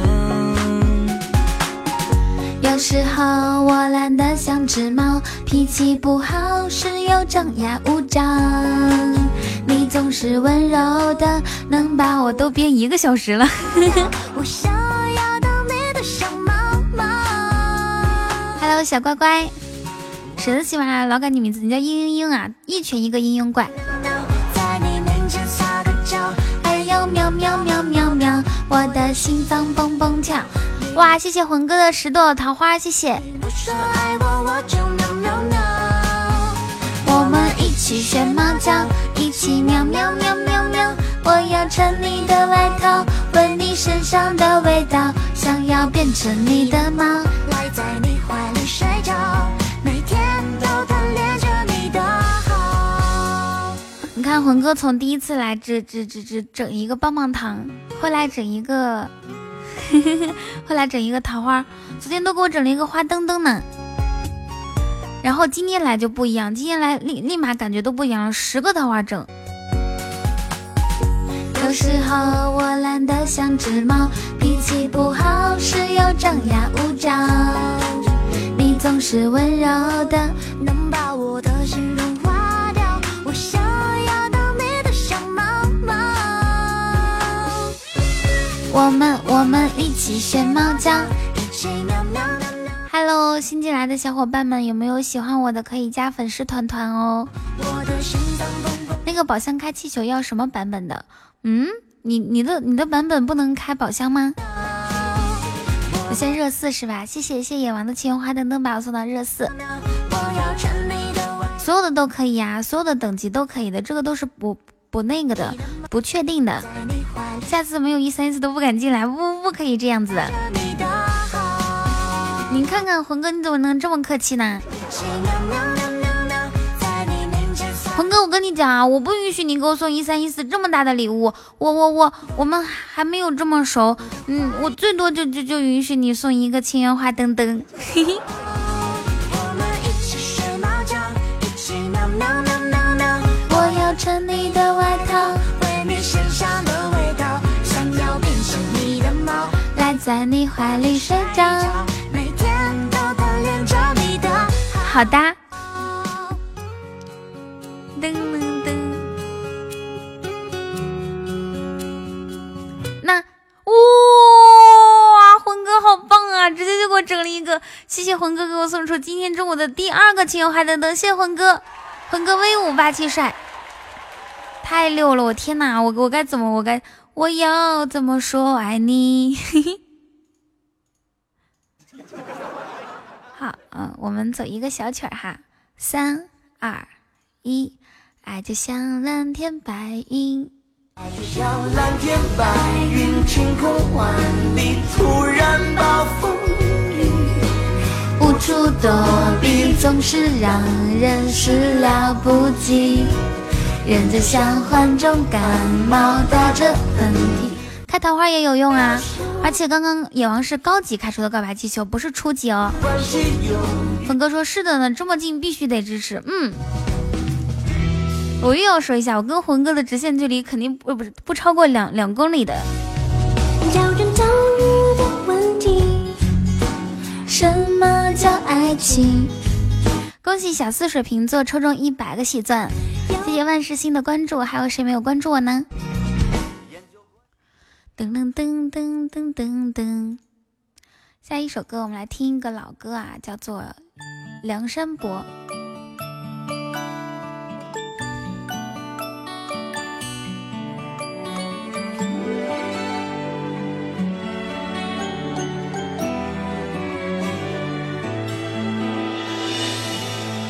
有时候我懒得像只猫，脾气不好时又张牙舞爪，你总是温柔的，能把我都憋一个小时了。 我想要当你的小猫猫。 Hello 小乖乖，谁的喜欢来老改你名字？你叫嘤嘤嘤啊，一拳一个嘤嘤怪。 在你面前撒个娇， 哎呦喵喵喵喵喵，我的心脏蹦蹦跳。哇，谢谢魂哥的十朵桃花，谢谢。 不说爱我我就喵喵喵。 我们一起学猫叫，一起喵喵喵喵喵。我要穿你的外套，闻你身上的味道，想要变成你的猫， 赖在你怀里睡觉，每天都贪恋着你的好。 你看魂哥从第一次来只只只只整一个棒棒糖，后来整一个后来整一个桃花，昨天都给我整了一个花灯灯呢。然后今天来就不一样，今天来立立马感觉都不一样了，十个桃花整。有时候我懒得像只猫，脾气不好时又张牙舞爪，你总是温柔的， 能把我的心融化掉。我想要当你的小猫猫。 我们我们一起学猫叫， 一起喵喵喵喵。 Hello， 新进来的小伙伴们，有没有喜欢我的可以加粉丝团团哦。 我的心脏蹦蹦。 那个宝箱开气球要什么版本的？嗯，你你的你的版本不能开宝箱吗？我先热四是吧？谢谢谢谢野王的青花灯灯把我送到热四，所有的都可以呀、啊，所有的等级都可以的，这个都是不不那个的，不确定的。下次没有一三一四都不敢进来，不不可以这样子的。你看看魂哥，你怎么能这么客气呢？魂哥，我跟你讲啊，我不允许你给我送一三一四这么大的礼物，我我我我们还没有这么熟，嗯，我最多就就就允许你送一个青源花灯灯。嘿嘿。我要穿你的外套， 闻你身上的味道，想要变成你的猫， 赖在你怀里睡觉， 每天都贪恋着你的好的。噔噔噔，那哇，魂哥好棒啊！直接就给我整了一个，谢谢魂哥给我送出今天中午的第二个情友海等等，谢谢魂哥，魂哥威武霸气帅，太溜了！我天哪，我我该怎么，我该我要怎么说爱你？好，嗯，我们走一个小曲儿哈，三二一。爱就像蓝天白云， 爱就像蓝天白云，晴空万里，突然暴风雨， 无处躲避，总是让人始料不及。人就像患重感冒，打着喷嚏。开桃花也有用啊，而且刚刚野王是高级开出的告白气球，不是初级哦。粉哥说是的呢，这么近必须得支持，嗯。我又要说一下，我跟魂哥的直线距离肯定不不不超过两两公里的。 叫人遭遇的问题， 什么叫爱情？恭喜小四水瓶座抽中一百个喜钻，谢谢万事兴的关注，还有谁没有关注我呢？噔噔噔噔噔噔噔。下一首歌我们来听一个老歌啊，叫做《梁山伯》。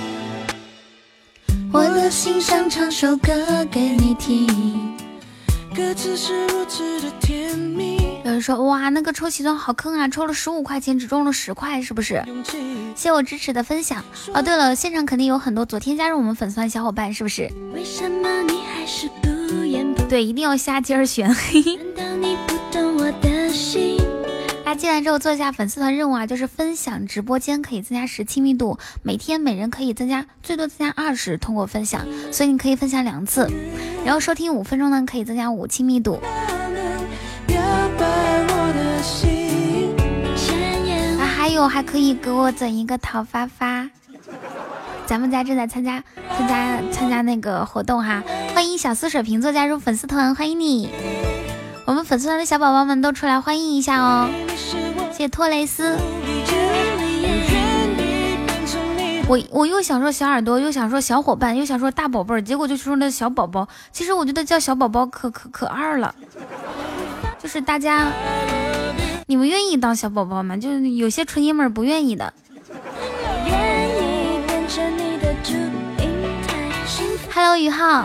我的心上唱首歌给你听， 各自是如此的甜蜜。 有人说哇，那个抽喜钻好坑啊，抽了十五块钱只中了十块，是不是？谢谢我支持的分享。哦，对了，现场肯定有很多昨天加入我们粉丝团的小伙伴，是不是？ 为什么你还是不言不语？ 对，一定要瞎尖儿选。 难道你不懂我的心？ 大家进来之后做一下粉丝团任务啊，就是分享直播间可以增加十亲密度，每天每人可以增加最多增加二十，通过分享，所以你可以分享两次，然后收听五分钟呢可以增加五亲密度。啊，还有还可以给我整一个桃发发。咱们家正在参加参加参加那个活动哈，欢迎小似水瓶座加入粉丝团，欢迎你。我们粉丝团的小宝宝们都出来欢迎一下哦，谢谢托雷斯。我我又想说小耳朵，又想说小伙伴，又想说大宝贝儿，结果就说那小宝宝。其实我觉得叫小宝宝可可可二了，就是大家，你们愿意当小宝宝吗？就是有些纯爷们儿不愿意的。Hello， 宇浩。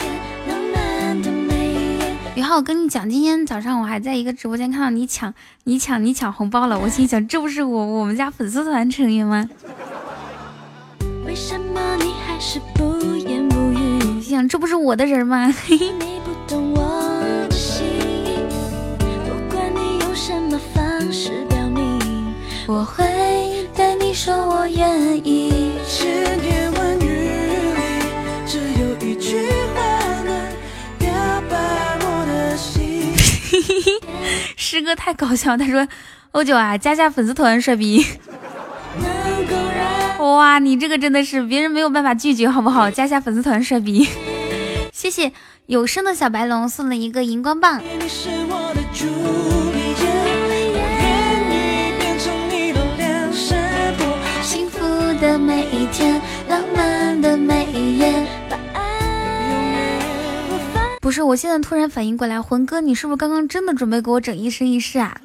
宇浩，我跟你讲，今天早上我还在一个直播间看到你抢你抢你抢红包了，我心想这不是我我们家粉丝团成员吗？ 为什么你还是不言不语？ 心想这不是我的人吗？ 你不懂我的心，不管你用什么方式表明，我会对你说我愿意。 千言万语里，只有一句话能表白我的心。 师哥太搞笑，他说欧九啊，加下粉丝团帅逼。哇，你这个真的是别人没有办法拒绝，好不好？加下粉丝团帅逼。谢谢有声的小白龙送了一个荧光棒。 幸福的每一天，浪漫的每一夜，把爱不是，我现在突然反应过来，魂哥，你是不是刚刚真的准备给我整一生一世啊？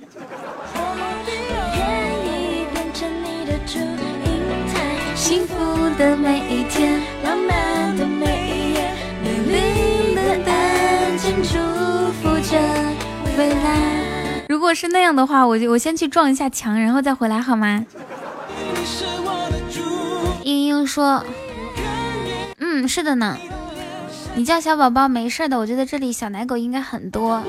幸福的每一天，浪漫的每一夜，美丽的安静祝福着未来。 如果是那样的话，我就我先去撞一下墙，然后再回来好吗？英英说，嗯，是的呢。你叫小宝宝没事的，我觉得这里小奶狗应该很多。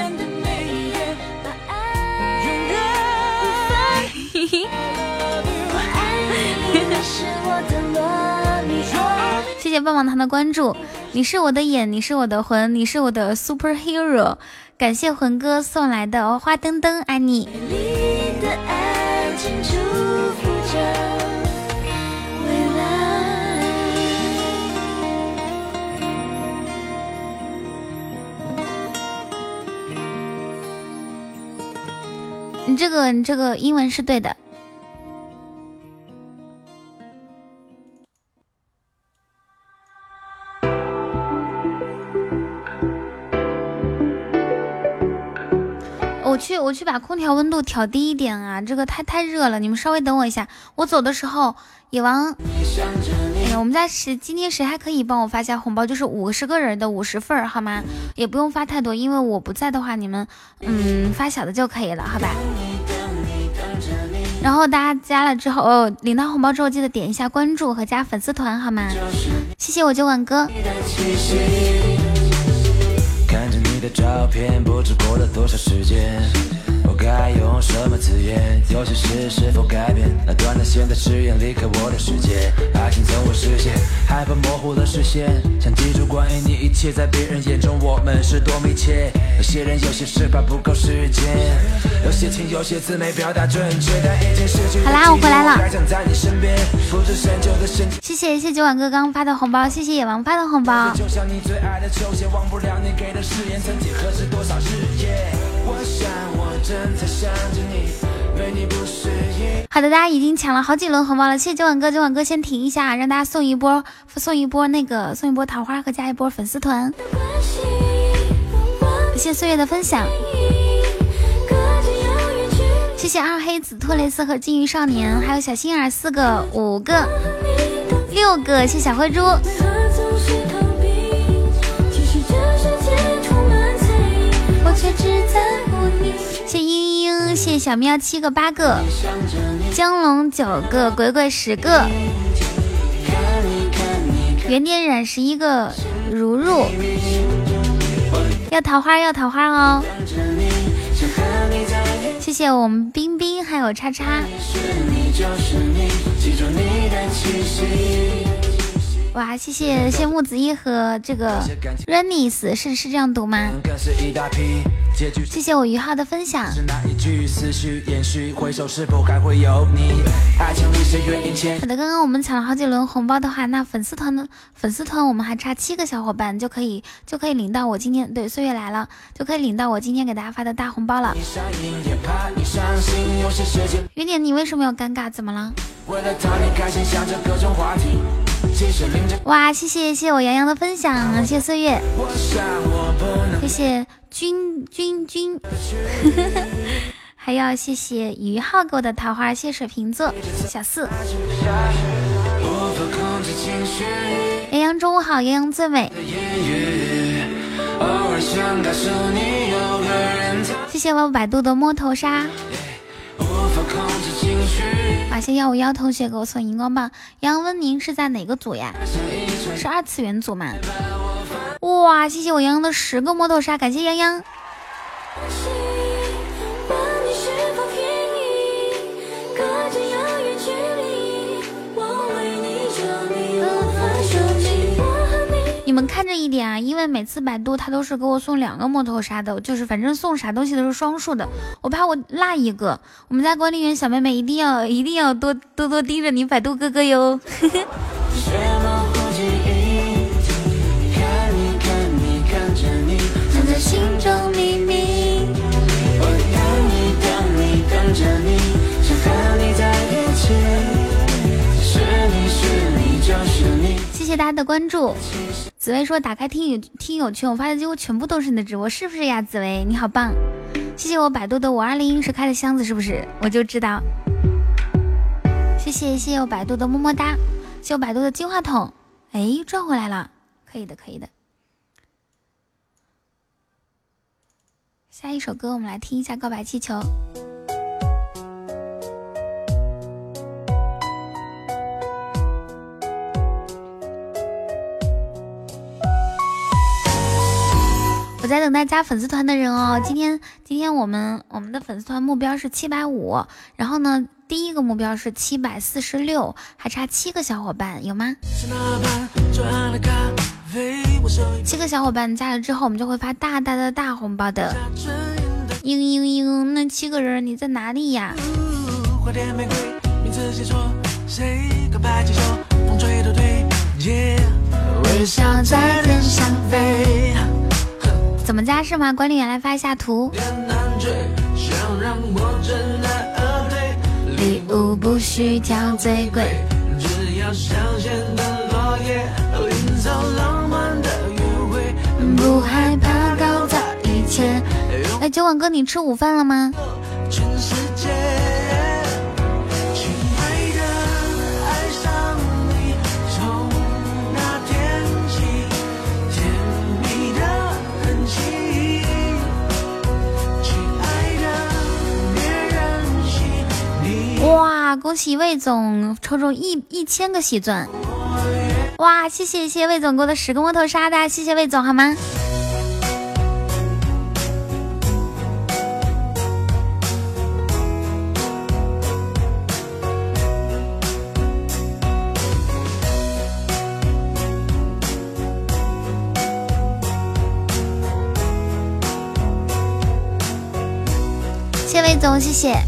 谢谢棒棒糖的关注，你是我的眼，你是我的魂，你是我的 superhero。感谢魂哥送来的花灯灯，爱你。你这个你这个英文是对的。我去我去把空调温度调低一点啊，这个太太热了，你们稍微等我一下。我走的时候，野王，哎呀，我们家谁今天谁还可以帮我发下红包，就是五十个人的五十份好吗？也不用发太多，因为我不在的话，你们嗯发小的就可以了，好吧？然后大家加了之后，哦，领到红包之后记得点一下关注和加粉丝团好吗？谢谢我酒馆哥。 看着你的照片，不知过了多少时间，我该用什么字眼？有些事是否改变？那断了线的誓言离开我的世界，爱情从未实现，害怕模糊了视线，想记住关于你一切，在别人眼中我们是多密切。有些人有些事怕不够时间，有些情有些字没表达准确，但已经失去。 好啦，我回来了。谢谢谢谢酒馆哥刚发的红包，谢谢野王发的红包。 就像你最爱的球鞋，忘不了你给的誓言，曾几何时多少日夜，我想我正在想着你，为你不适应。 好的，大家已经抢了好几轮红包了，谢谢酒馆哥，酒馆哥先停一下，让大家送一波送一波那个送一波桃花和加一波粉丝团。谢谢岁月的分享，谢谢二黑子、托雷斯和金鱼少年，还有小星儿四个、五个、六个，谢谢小灰猪。 小喵七个八个，江龙九个，鬼鬼十个，圆点染十一个，如如要桃花要桃花哦。谢谢我们冰冰还有叉叉。哇，谢谢谢木子一和这个 Renis 是是这样读吗？谢谢我于浩的分享。好的，刚刚我们抢了好几轮红包的话，那粉丝团的粉丝团我们还差七个小伙伴就可以就可以领到我今天对岁月来了就可以领到我今天给大家发的大红包了。圆点，你为什么要尴尬？怎么了？哇，谢谢谢谢我洋洋的分享，谢谢岁月，谢谢君君君还要谢谢于浩给我的桃花，谢谢水瓶座小四。洋洋中午好，洋洋最美。谢谢我百度的摸头杀。哇，谢幺五幺同学给我送荧光棒。杨温宁是在哪个组呀？是二次元组吗？哇，谢谢我洋洋的十个摸头杀，感谢洋洋。你们看着一点啊，因为每次百度它都是给我送两个摸头杀的，就是反正送啥东西都是双数的，我怕我落一个。我们家管理员小妹妹一定要一定要多多多盯着你百度哥哥哟。在心中秘密，我等你等你等着你，想和你在一起，是你是你就是你。谢谢大家的关注。紫薇说打开听友听友群，我发现几乎全部都是你的直播，是不是呀？紫薇你好棒，谢谢我百度的五二零是开的箱子，是不是？我就知道。谢谢谢谢我百度的么么哒，谢谢我百度的金话筒，哎，转回来了，可以的可以的。下一首歌我们来听一下告白气球。我在等待加粉丝团的人哦。今天今天我们我们的粉丝团目标是七百五，然后呢第一个目标是七百四十六，还差七个小伙伴，有吗？七个小伙伴加了之后，我们就会发大大的大红包的。嘤嘤嘤，那七个人你在哪里呀？微笑在天上飞。怎么加是吗？管理员来发一下图。礼物不需挑最贵，只要香榭的落叶，营造浪漫的约会，不害怕搞砸一切。哎，九晚哥，你吃午饭了吗？全世界哇，恭喜魏总抽中一一千个喜钻！哇，谢谢谢谢魏总给我的十个摸头杀的，谢谢魏总好吗？谢谢魏总，谢谢。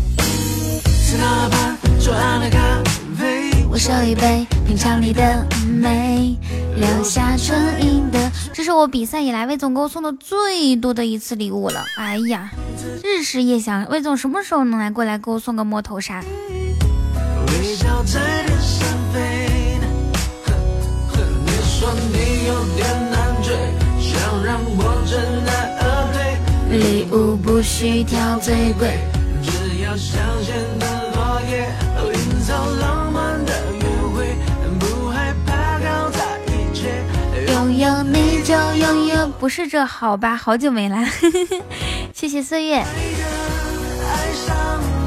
我手一杯，品尝你的美，留下唇印的。这是我比赛以来魏总给我送的最多的一次礼物了。哎呀，日思夜想，魏总什么时候能来过来给我送个摸头杀？微笑在天上飞，你说你有点难追，想让我真的而退。礼物不需挑最贵，只要香榭的落叶，营造浪漫的约会，不害怕搞砸一切，拥有你就拥有。不是这好吧，好久没来。谢谢岁月。爱上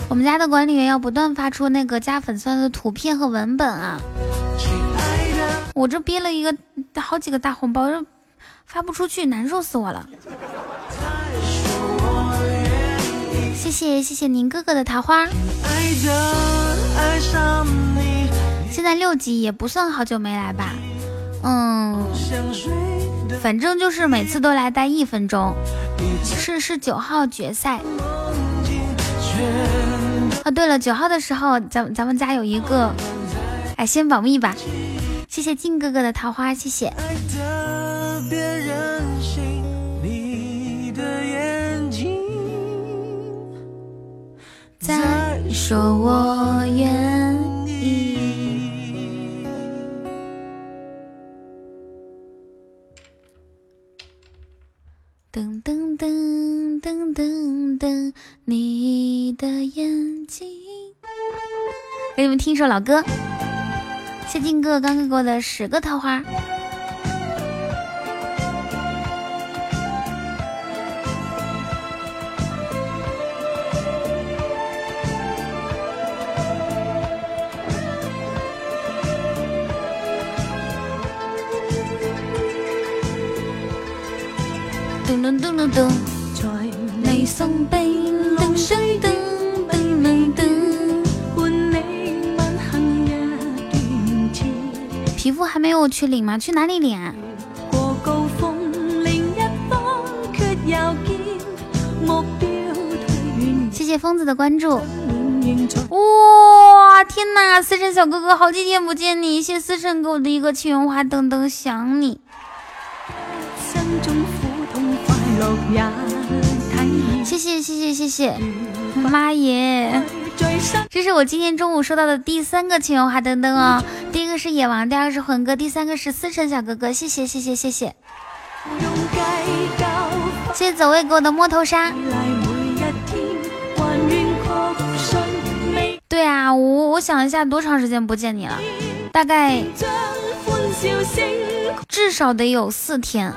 我们家的管理员要不断发出那个加粉丝团的图片和文本啊！我这憋了一个好几个大红包，发不出去，难受死我了。谢谢谢谢您哥哥的桃花。现在六级也不算好久没来吧？嗯，反正就是每次都来待一分钟。是是九号决赛。哦，对了，九号的时候，咱咱们家有一个，哎，先保密吧。谢谢静哥哥的桃花，谢谢。再说我愿意。噔噔噔噔噔噔，你的眼睛。给你们听一首老歌，谢静哥刚刚给我的十个桃花。噔噔噔噔噔，在你送冰，噔噔噔噔噔噔，伴你晚行一段天。皮肤还没有去领吗？去哪里领啊？过高峰，另一方却又見目標退遠。謝謝瘋子的關注。哇，天哪！思辰小哥哥，好幾天不見你，謝思辰給我的一個情緣花，等等想你。谢谢谢谢谢谢，妈耶！这是我今天中午收到的第三个情缘花灯灯哦，第一个是野王，第二个是魂哥，第三个是思辰小哥哥，谢谢谢谢谢谢，谢谢走位给我的摸头杀。对啊，我我想一下，多长时间不见你了？大概至少得有四天。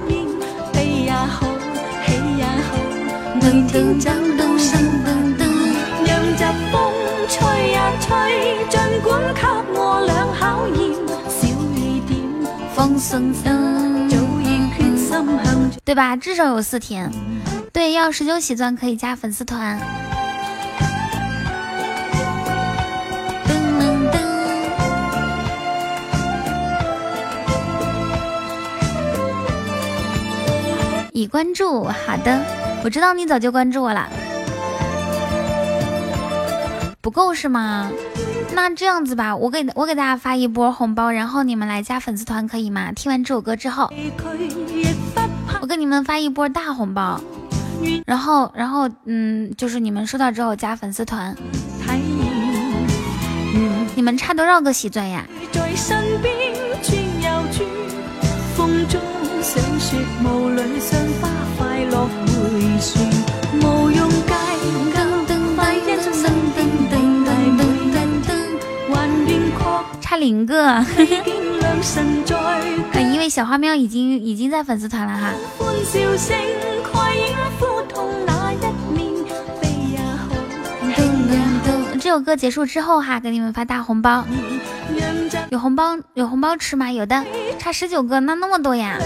噔噔噔噔噔噔，讓疾風吹呀吹，儘管給我倆考驗，小雨點放鬆心，早已決心向，對吧？至少有四天。對，要十九喜鑽可以加粉絲團。噔噔噔，已關注，好的。我知道你早就关注我了，不够是吗？那这样子吧，我给我给大家发一波红包，然后你们来加粉丝团可以吗？听完这首歌之后，我给你们发一波大红包，然后然后嗯，就是你们收到之后加粉丝团。你们差多少个喜钻呀？差零个因为小花喵已经已经在粉丝团了哈。这首歌结束之后哈，给你们发大红包。有红包有红包吃吗？有的，差十九个，那那么多呀。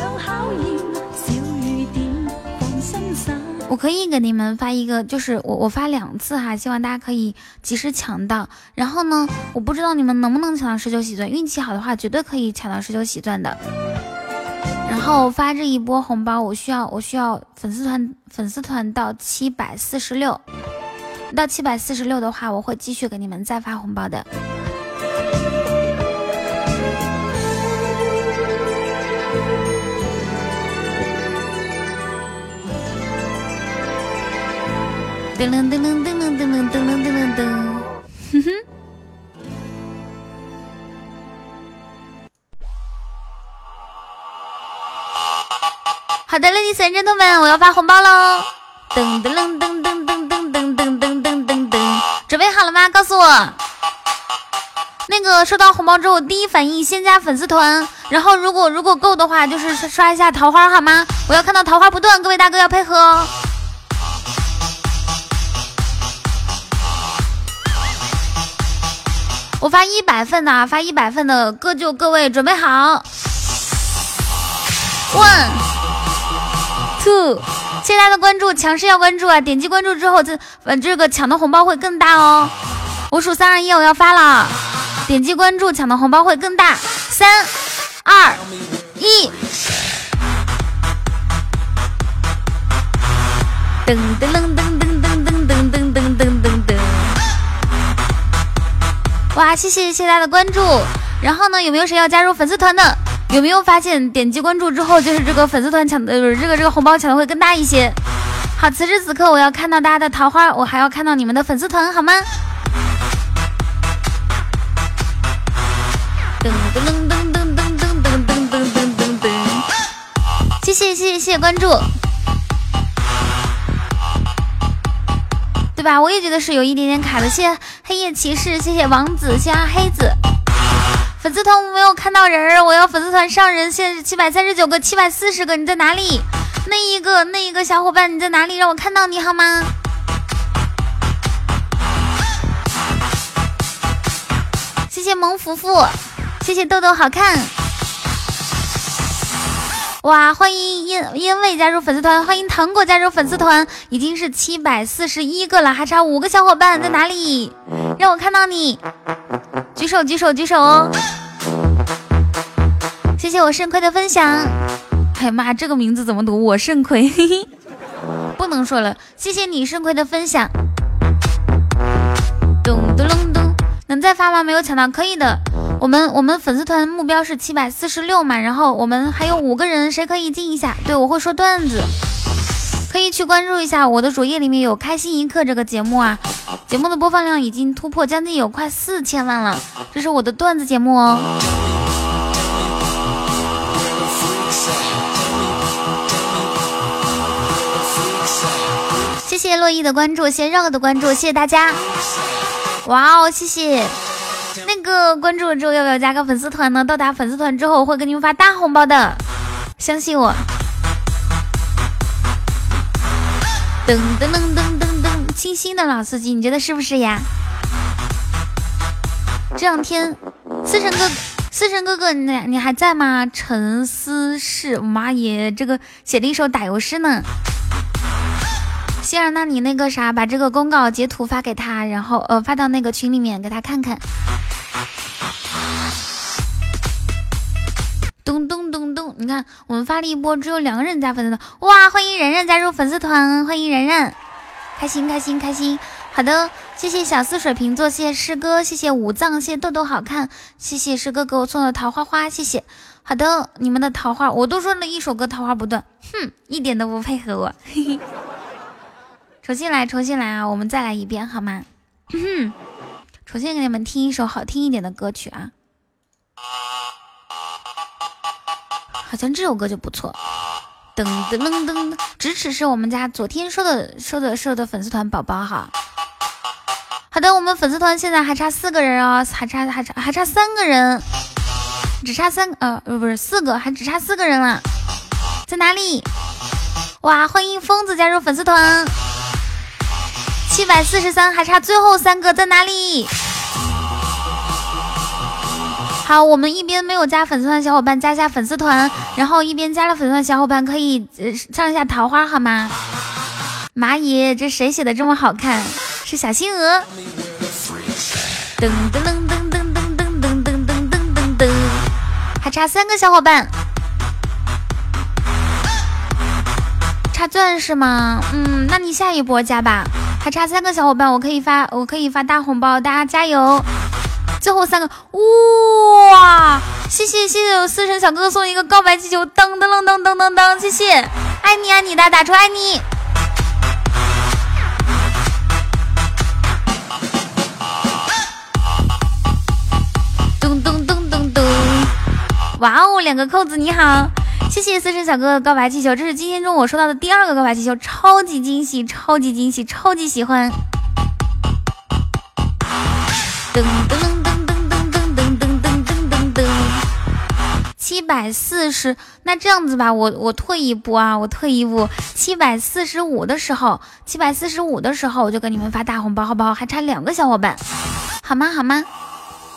我可以给你们发一个，就是我我发两次哈，希望大家可以及时抢到。然后呢，我不知道你们能不能抢到十九喜钻，运气好的话绝对可以抢到十九喜钻的。然后发这一波红包，我需要我需要粉丝团粉丝团到七百四十六，到七百四十六的话，我会继续给你们再发红包的。噔噔噔噔噔噔噔噔噔噔噔噔，哼哼。好的 ，Ladies and Gentlemen， 我要发红包喽！噔噔噔噔噔噔噔噔噔噔噔噔噔，准备好了吗？告诉我。那个收到红包之后，第一反应先加粉丝团，然后如果如果够的话，就是刷一下桃花好吗？我要看到桃花不断，各位大哥要配合哦。 我发一百份的啊，发一百份的，各就各位准备好。One two， 谢谢大家的关注，强势要关注啊！点击关注之后，这呃这个抢的红包会更大哦。我数三二一，我要发了，点击关注抢的红包会更大。三二一，噔噔噔噔噔噔噔噔噔噔噔噔噔。哇，谢谢谢谢大家的关注。然后呢，有没有谁要加入粉丝团的？有没有发现点击关注之后，就是这个粉丝团抢的，呃，这个这个红包抢的会更大一些？好，此时此刻我要看到大家的桃花，我还要看到你们的粉丝团，好吗？噔噔噔噔噔噔噔噔噔噔噔噔，谢谢谢谢谢谢关注，对吧？我也觉得是有一点点卡的。谢谢黑夜骑士，谢谢王子，谢谢阿黑子。粉丝团我没有看到人，我要粉丝团上人，现在是七百三十九个，七百四十个，你在哪里？那一个那一个小伙伴你在哪里？让我看到你好吗？谢谢萌福福，谢谢豆豆好看。哇，欢迎烟烟味加入粉丝团，欢迎糖果加入粉丝团，已经是七百四十一个了，还差五个小伙伴在哪里？让我看到你，举手举手举手哦！谢谢我肾亏的分享。哎呀妈，这个名字怎么读？我肾亏，嘿嘿，不能说了。谢谢你肾亏的分享。咚咚咚咚，能再发吗？没有抢到，可以的。我们我们粉丝团目标是七百四十六嘛，然后我们还有五个人，谁可以进一下？对，我会说段子，可以去关注一下我的主页，里面有开心一刻这个节目啊，节目的播放量已经突破将近有快四千万了，这是我的段子节目哦。谢谢洛伊的关注，谢谢绕的关注，谢谢大家。哇哦，谢谢。那个关注了之后要不要加个粉丝团呢？到达粉丝团之后我会给你们发大红包的，相信我。噔噔噔噔噔噔，清新的老司机，你觉得是不是呀？这两天思辰哥思辰哥哥你你还在吗？陈思世，妈耶，这个写了一首打油诗呢。希儿，那你那个啥，把这个公告截图发给他，然后呃发到那个群里面给他看看。咚咚咚咚，你看我们发了一波，只有两个人加粉丝团，哇！欢迎然然加入粉丝团，欢迎然然，开心开心开心。好的，谢谢小四水瓶座，谢谢师哥，谢谢五藏，谢谢豆豆好看，谢谢师哥给我送的桃花花，谢谢。好的，你们的桃花，我都说了一首歌桃花不断，哼，一点都不配合我，嘿嘿。重新来，重新来啊！我们再来一遍好吗？嗯，重新给你们听一首好听一点的歌曲啊。好像这首歌就不错。噔噔噔噔，直尺是我们家昨天说的说的说的粉丝团宝宝哈。好的，我们粉丝团现在还差四个人哦，还差还差还差三个人，只差三呃不是四个，还只差四个人了，在哪里？哇，欢迎疯子加入粉丝团。七百四十三，还差最后三个，在哪里？好，我们一边没有加粉丝团的小伙伴加一下粉丝团，然后一边加了粉丝团的小伙伴可以、呃、上一下桃花好吗？蚂蚁，这谁写的这么好看？是小星鹅。噔噔噔噔噔噔噔噔噔噔噔噔，还差三个小伙伴。差钻是吗？嗯，那你下一波加吧。还差三个小伙伴，我可以发，我可以发大红包，大家加油！最后三个，哇！谢谢谢谢，有思辰小哥哥送一个告白气球，噔噔噔噔噔噔噔，谢谢，爱你爱你的，打出爱你！咚咚咚咚咚！哇哦，两个扣子，你好！谢谢思辰小哥哥的告白气球，这是今天中午我收到的第二个告白气球，超级惊喜，超级惊喜，超级喜欢。噔噔噔噔噔噔噔噔噔噔噔噔，七百四十，那这样子吧，我我退一步啊，我退一步，七百四十五的时候，七百四十五的时候我就给你们发大红包，好不好？还差两个小伙伴，好吗？好吗？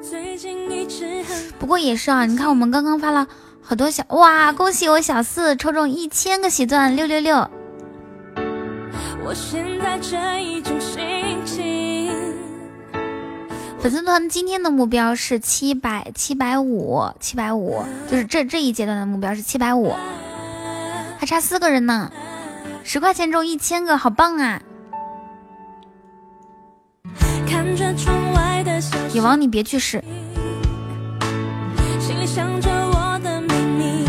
不过也是啊，你看我们刚刚发了好多小，哇，恭喜我小四抽中一千个喜钻，六六六。我现在这一种心情。粉丝团今天的目标是七百七百五七百五，就是这这一阶段的目标是七百五，还差四个人呢，十块钱中一千个，好棒啊！看着窗外的小野王，你别去试。心里想着我的秘密，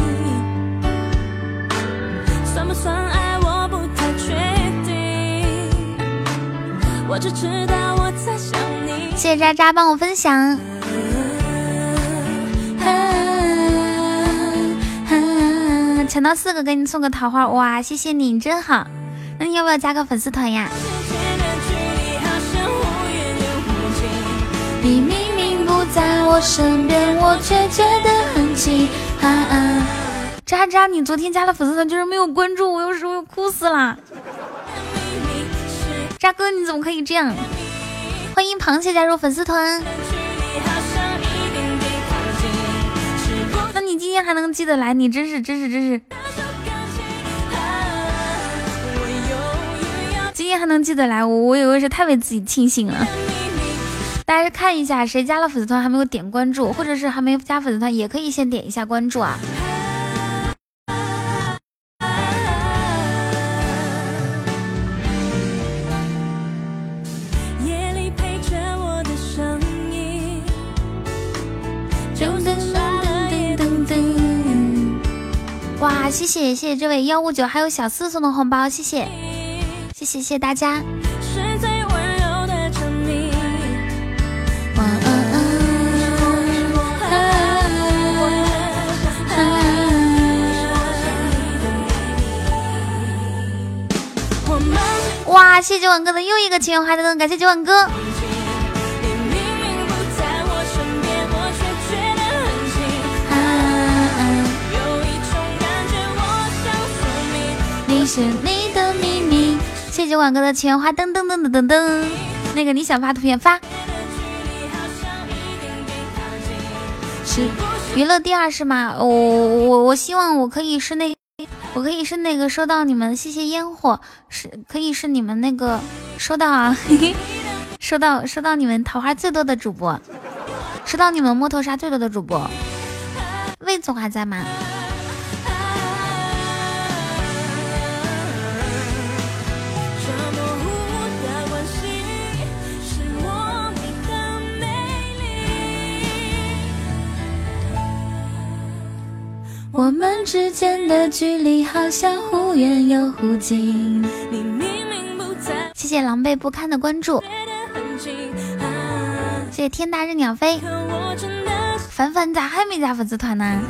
算不算爱我不太确定，我只知道我在想你。谢谢渣渣帮我分享。啊啊、抢到四个给你送个桃花，哇，谢谢你，你真好。那你要不要加个粉丝团呀？你明明不在我身边，我却觉得很奇啊啊！渣渣，你昨天加了粉丝团，就是没有关注我，有时候又哭死了。渣哥，你怎么可以这样？欢迎螃蟹加入粉丝团。那你今天还能记得来，你真是真是真是。今天还能记得来，我我以为是太为自己庆幸了。大家看一下谁加了粉丝团还没有点关注，或者是还没加粉丝团也可以先点一下关注啊。夜里陪着我的声音，噔噔噔噔噔噔。哇，谢谢谢谢这位幺五九还有小四送的红包，谢谢谢谢谢谢大家。哇，谢谢九万哥的又一个情缘花灯，感谢九万哥。你是你的秘密。谢谢九万哥的情缘花灯，噔噔噔噔噔。那个你想发图片发。是娱乐第二是吗？我我我希望我可以是那。我可以是那个收到你们谢谢烟火，是可以是你们那个收到啊，嘿嘿，收到收到你们桃花最多的主播，收到你们摸头杀最多的主播。魏总还在吗？我们之间的距离好像忽远又忽近。谢谢狼狈不堪的关注，谢谢天大任鸟飞。凡凡咋还没加粉丝团呢？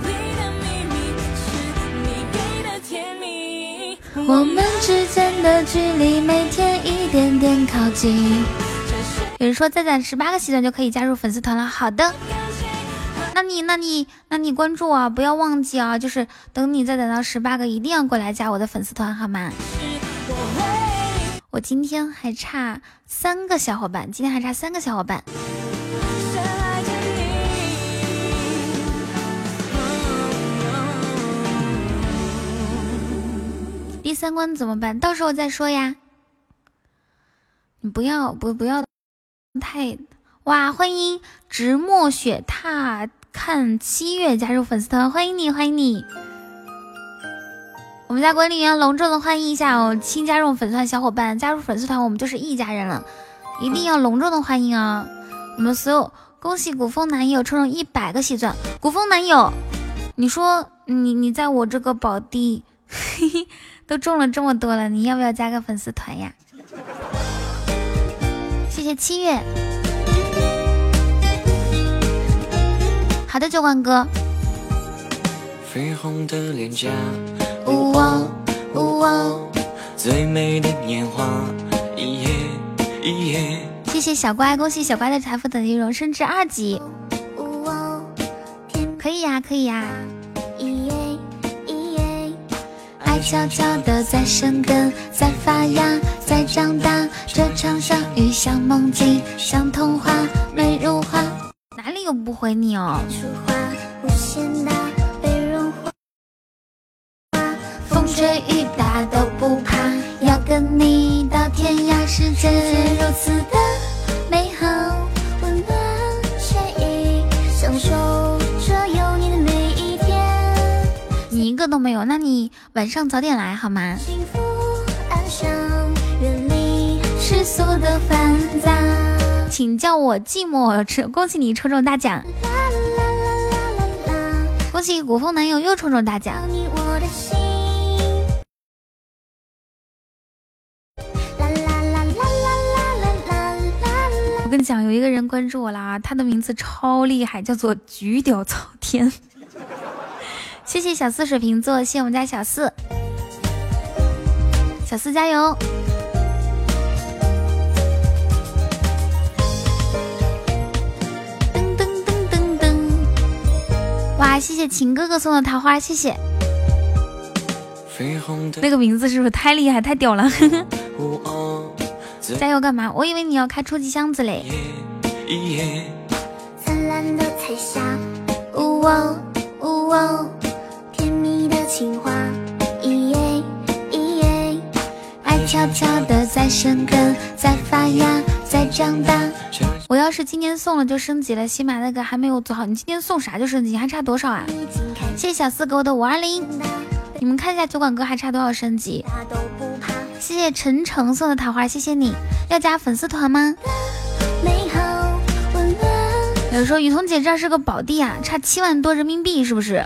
我们之间的距离每天一点点靠近。有人说再攒十八个喜钻就可以加入粉丝团了，好的。那你那你那你关注啊，不要忘记啊，就是等你再等到十八个一定要过来加我的粉丝团好吗？我今天还差三个小伙伴，今天还差三个小伙伴。第三关怎么办？到时候再说呀。你不要不不要太哇！欢迎直墨雪踏看七月加入粉丝团，欢迎你欢迎你！我们家管理员隆重的欢迎一下哦，新加入粉丝团小伙伴加入粉丝团，我们就是一家人了，一定要隆重的欢迎啊！我们所有恭喜古风男友抽中一百个喜钻，古风男友，你说你你在我这个宝地嘿嘿都中了这么多了，你要不要加个粉丝团呀？谢谢七月。好的，九万哥。 绯红的脸颊， 呜哦呜哦， 最美的年华，一夜一夜。 谢谢小乖，恭喜小乖的财富等级荣升至二级。呜哦，可以呀，可以呀。一夜一夜，爱悄悄地在生根，在发芽，在长大。这场相遇像梦境，像童话，美如画。哪里又不回你哦。风吹雨打都不怕，要跟你到天涯，世界如此的美好温暖惬意，享受着有你的每一天。你一个都没有，那你晚上早点来好吗？幸福安详，远离世俗的繁杂，请叫我寂寞。恭喜你抽中大奖，恭喜古风男友又抽中大奖。我跟你讲，有一个人关注我啦，他的名字超厉害，叫做菊屌朝天。谢谢小四水瓶座，谢谢我们家小四，小四加油！噔噔噔噔噔！哇，谢谢秦哥哥送的桃花，谢谢。那个名字是不是太厉害太屌了？加油干嘛？我以为你要开初级箱子嘞。灿烂的彩霞，呜哦呜哦，甜蜜的情话，一耶一耶，爱悄悄的在生根，在发芽，在长大。我要是今天送了就升级了，起码那个还没有做好。你今天送啥就升级？还差多少啊？谢谢小四给我的五二零。你们看一下酒馆哥还差多少升级？谢谢陈诚送的桃花，谢谢你。要加粉丝团吗？有人说雨桐姐这是个宝地啊，差七万多人民币是不是？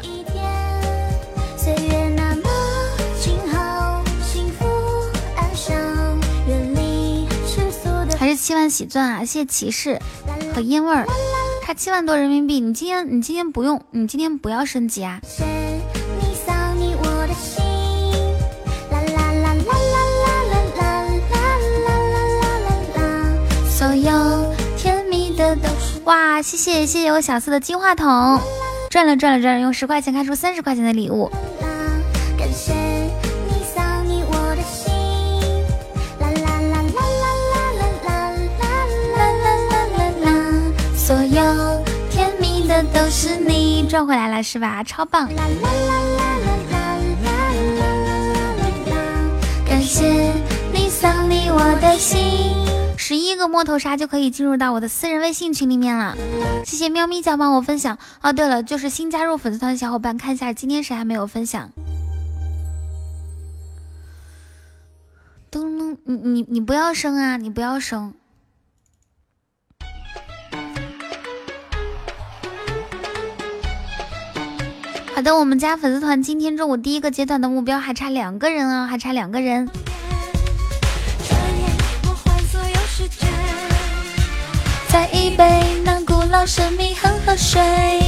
还是七万喜钻啊？谢谢骑士和烟味儿，差七万多人民币。你今天你今天不用，你今天不要升级啊？所有甜蜜的都是哇！谢谢谢谢我小四的金话筒，赚了赚了赚了，用十块钱开出三十块钱的礼物。感谢你扫你我的心，啦啦啦啦啦啦啦啦啦啦啦，所有甜蜜的都是你，赚回来了是吧？超棒！感谢你扫你我的心。十一个摸头杀就可以进入到我的私人微信群里面了，谢谢喵咪酱帮我分享。哦，对了，就是新加入粉丝团的小伙伴，看一下今天谁还没有分享。咚咚，你你你不要升啊，你不要升。好的，我们家粉丝团今天中午第一个阶段的目标还差两个人啊，还差两个人。在一杯那古老神秘恒河水，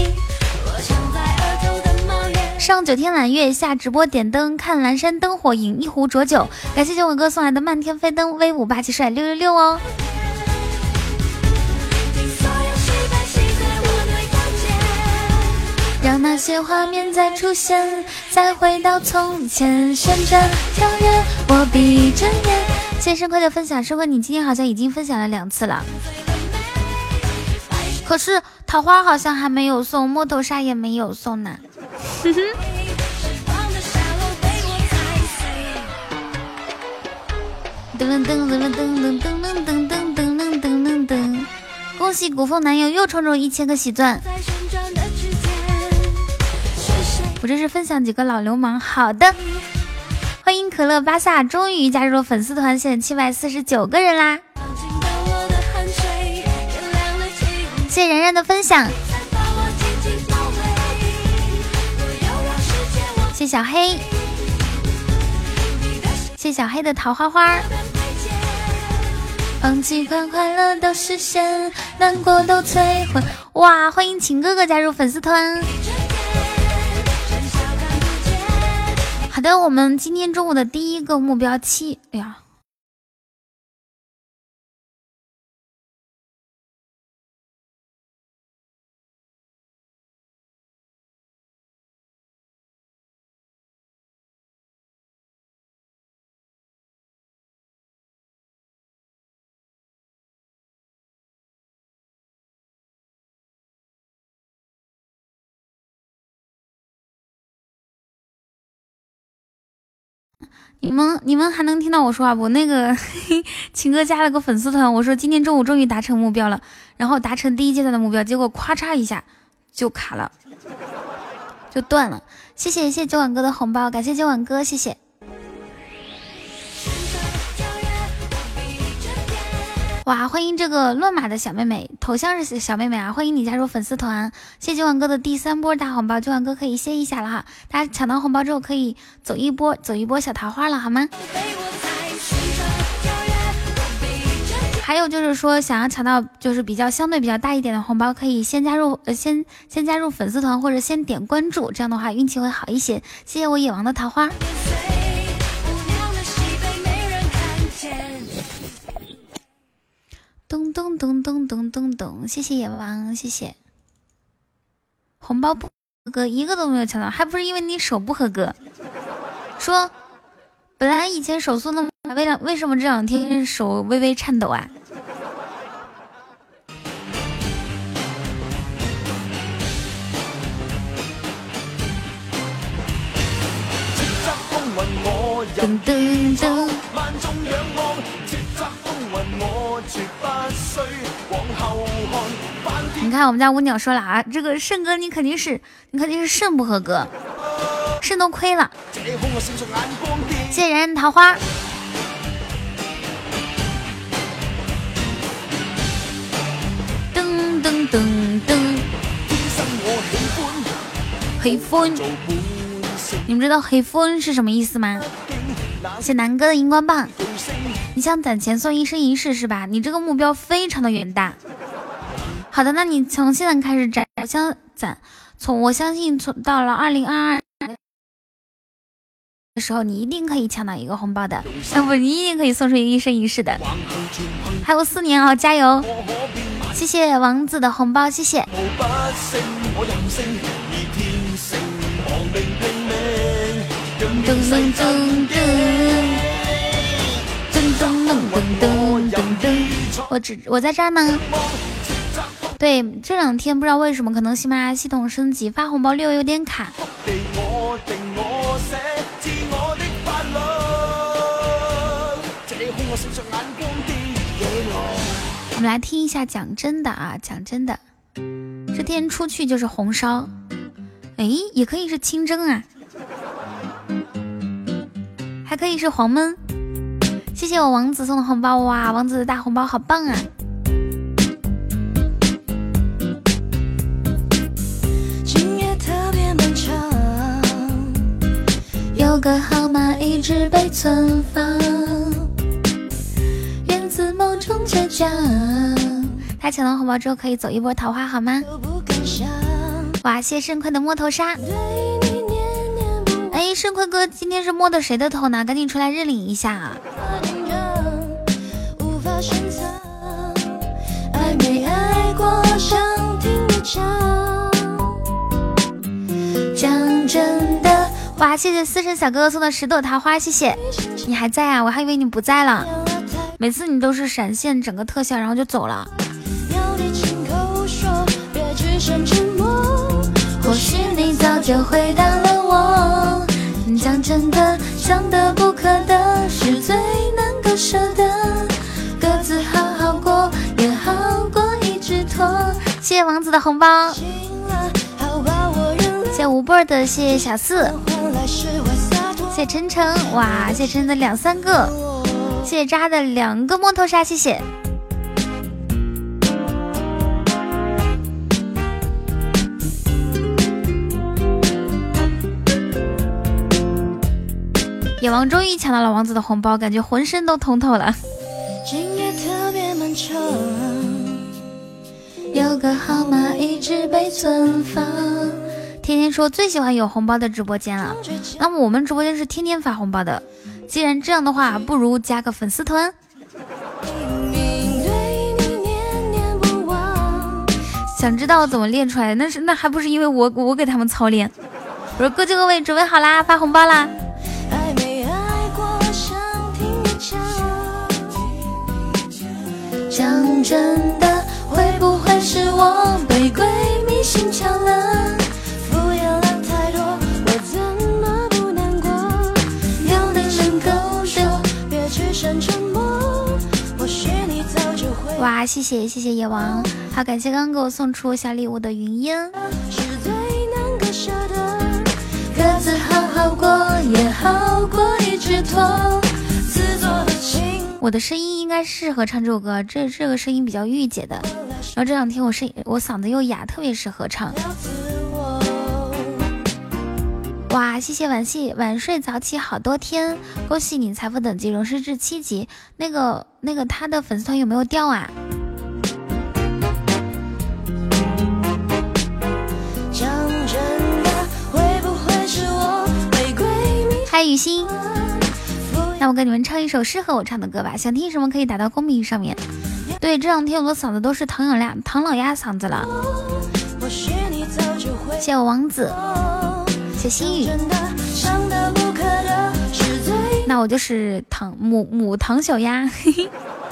上九天揽月，下直播点灯，看阑珊灯火，饮一壶浊酒。感谢九尾哥送来的漫天飞灯，威武霸气帅六六六哦。让那些画面再出现，再回到从前，旋转跳跃，我闭着眼。谢谢生辉的分享，生辉你今天好像已经分享了两次了。可是桃花好像还没有送，摸头杀也没有送呢。哼哼。噔噔噔噔噔噔噔噔噔噔噔噔噔噔！恭喜古风男友又抽中一千个喜钻。我这是分享几个老流氓。好的，欢迎可乐巴萨终于加入了粉丝团，现在七百四十九个人啦。谢谢然然的分享，谢小黑，谢小黑的桃花花。放弃快快乐都实现，难过都摧毁。哇，欢迎秦哥哥加入粉丝团。好的，我们今天中午的第一个目标七，哎呀。 你们你们还能听到我说话不？那个秦哥加了个粉丝团，我说今天中午终于达成目标了，然后达成第一阶段的目标，结果咔嚓一下就卡了，就断了。谢谢谢谢九碗哥的红包，感谢九碗哥，谢谢。哇，欢迎这个乱码的小妹妹，头像是小妹妹啊，欢迎你加入粉丝团。谢谢九碗哥的第三波大红包，九碗哥可以歇一下了哈，大家抢到红包之后可以走一波走一波小桃花了好吗？还有就是说想要抢到就是比较相对比较大一点的红包，可以先加入呃先先加入粉丝团或者先点关注，这样的话运气会好一些。谢谢我野王的桃花。咚咚咚咚咚咚咚，谢谢野王，谢谢。红包不合格，一个都没有抢到，还不是因为你手不合格。说，本来以前手速那么快，为了为什么这两天手微微颤抖啊？噔噔噔。你看我们家五鸟说了啊，这个肾哥你肯定是你肯定是肾不合格，肾都亏了。谢谢然然桃花。噔噔噔噔。黑风，你们知道黑风是什么意思吗？谢南哥的荧光棒。你想攒钱送一生一世是吧？你这个目标非常的远大。好的，那你从现在开始攒，我相攒，从我相信从到了二零二二的时候，你一定可以抢到一个红包的，要不你一定可以送出一个一生一世的。还有四年哦，加油！谢谢王子的红包，谢谢。噔噔噔噔噔噔噔噔噔，我只我在这儿呢。对，这两天不知道为什么，可能喜马拉雅系统升级，发红包略微有点卡。我们来听一下讲真的啊，讲真的，这天出去就是红烧，哎，也可以是清蒸啊，还可以是黄焖。谢谢我王子送的红包，哇，王子的大红包好棒啊！有个号码一直被存放，源自某种倔强。他抢到红包之后可以走一波桃花好吗？哇，谢盛坤的摸头杀。哎，盛坤哥今天是摸的谁的头呢？赶紧出来认领一下啊！爱没爱过，想听你讲。讲真的。哇，谢谢思辰小哥哥送的十朵桃花，谢谢。你还在啊？我还以为你不在了。每次你都是闪现整个特效然后就走了。或许你早就回答了我，讲真的，想得不可得，是最能够舍得。各自好好过，也好过一直拖。谢谢王子的红包，谢谢吴波的，谢谢小四，谢谢晨晨，哇，谢谢晨晨的两三个，谢谢渣的两个摸头杀，谢谢。野王终于抢到了王子的红包，感觉浑身都通透了。今夜特别漫长，有个号码一直被存放。天天说最喜欢有红包的直播间了，那么我们直播间是天天发红包的，既然这样的话，不如加个粉丝团。想知道怎么练出来的？那是那还不是因为我我给他们操练。我说各就各位准备好啦，发红包啦！讲真的，会不会是我被鬼迷心窍了？敷衍了太多，我怎么不难过？有你哇，谢谢谢谢野王，好感谢刚刚给我送出小礼物的云烟。各自好好过，也好过一直拖。我的声音应该适合唱这首歌，这这个声音比较御姐的。然后这两天我声我嗓子又哑，特别适合唱。哇，谢谢晚睡晚睡早起好多天，恭喜你财富等级荣升至七级。那个那个他的粉丝团有没有掉啊？嗨雨欣，那我给你们唱一首适合我唱的歌吧，想听什么可以打到公屏上面。对，这两天我的嗓子都是唐老鸭唐老鸭嗓子了。谢谢我王子，谢心雨，那我就是唐母母唐小鸭。嘿嘿，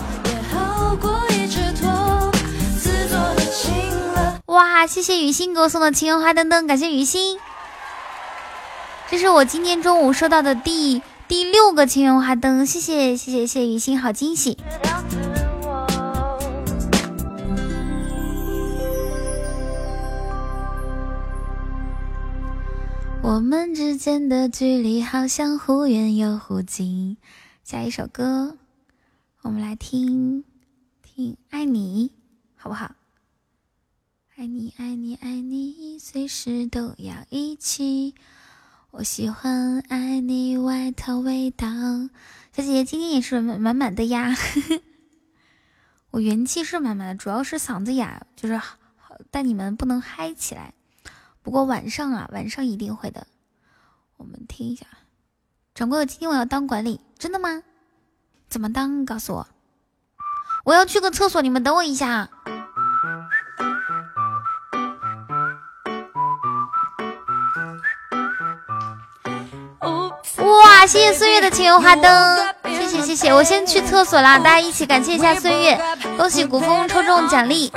哇，谢谢雨欣给我送的情人花灯灯，感谢雨欣。这是我今天中午收到的第第六个情人花灯，谢谢谢谢谢谢雨欣，好惊喜。我们之间的距离好像忽远又忽近。下一首歌我们来听听爱你好不好？爱你爱你爱你随时都要一起，我喜欢爱你外套味道。小姐姐今天也是满满的呀。我元气是满满的，主要是嗓子哑，就是但你们不能嗨起来。不过晚上啊，晚上一定会的。我们听一下。掌柜的，今天我要当管理，真的吗？怎么当？告诉我。我要去个厕所，你们等我一下。哇，谢谢岁月的情人花灯，谢谢谢谢。我先去厕所啦，大家一起感谢一下岁月，恭喜古风抽中奖励。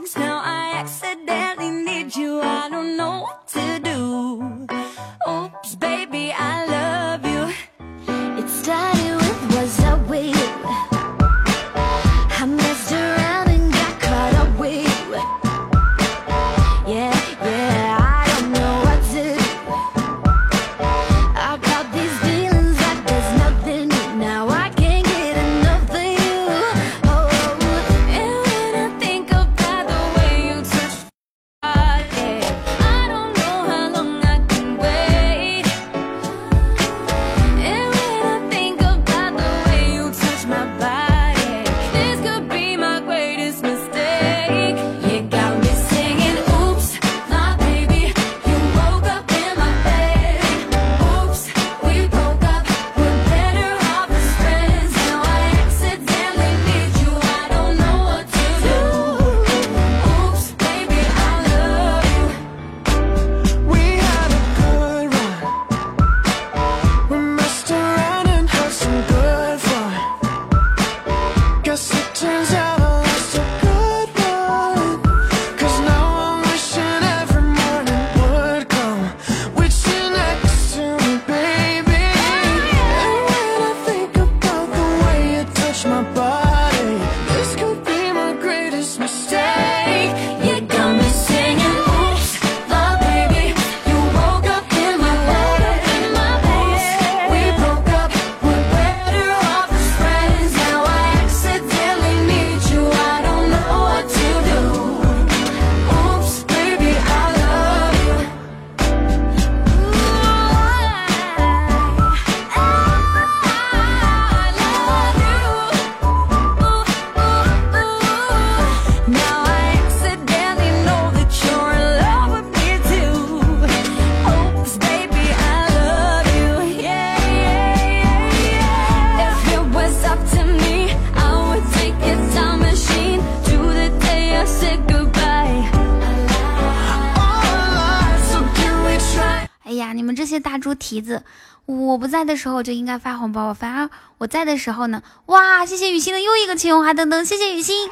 蹄子，我不在的时候就应该发红包，反而我在的时候呢，哇，谢谢雨欣的又一个情人花灯灯，谢谢雨欣，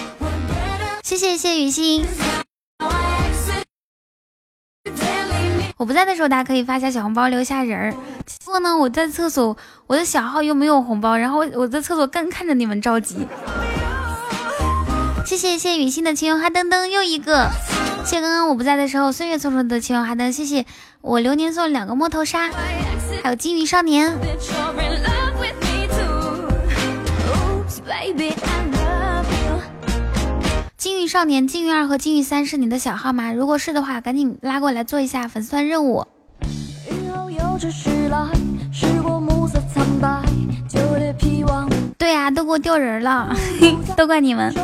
谢谢谢雨欣。 我不在的时候，大家可以发下小红包，留下人儿。结果呢，我在厕所，我的小号又没有红包，然后我在厕所干看着你们着急。谢谢谢谢雨欣的情缘花灯灯又一个，谢谢刚刚我不在的时候岁月送出的情缘花灯，谢谢我流年送两个摸头杀，还有金鱼少年。金鱼少年、金鱼二和金鱼三是你的小号吗？如果是的话，赶紧拉过来做一下粉丝团任务。对啊，都给我丢人了，都怪你们。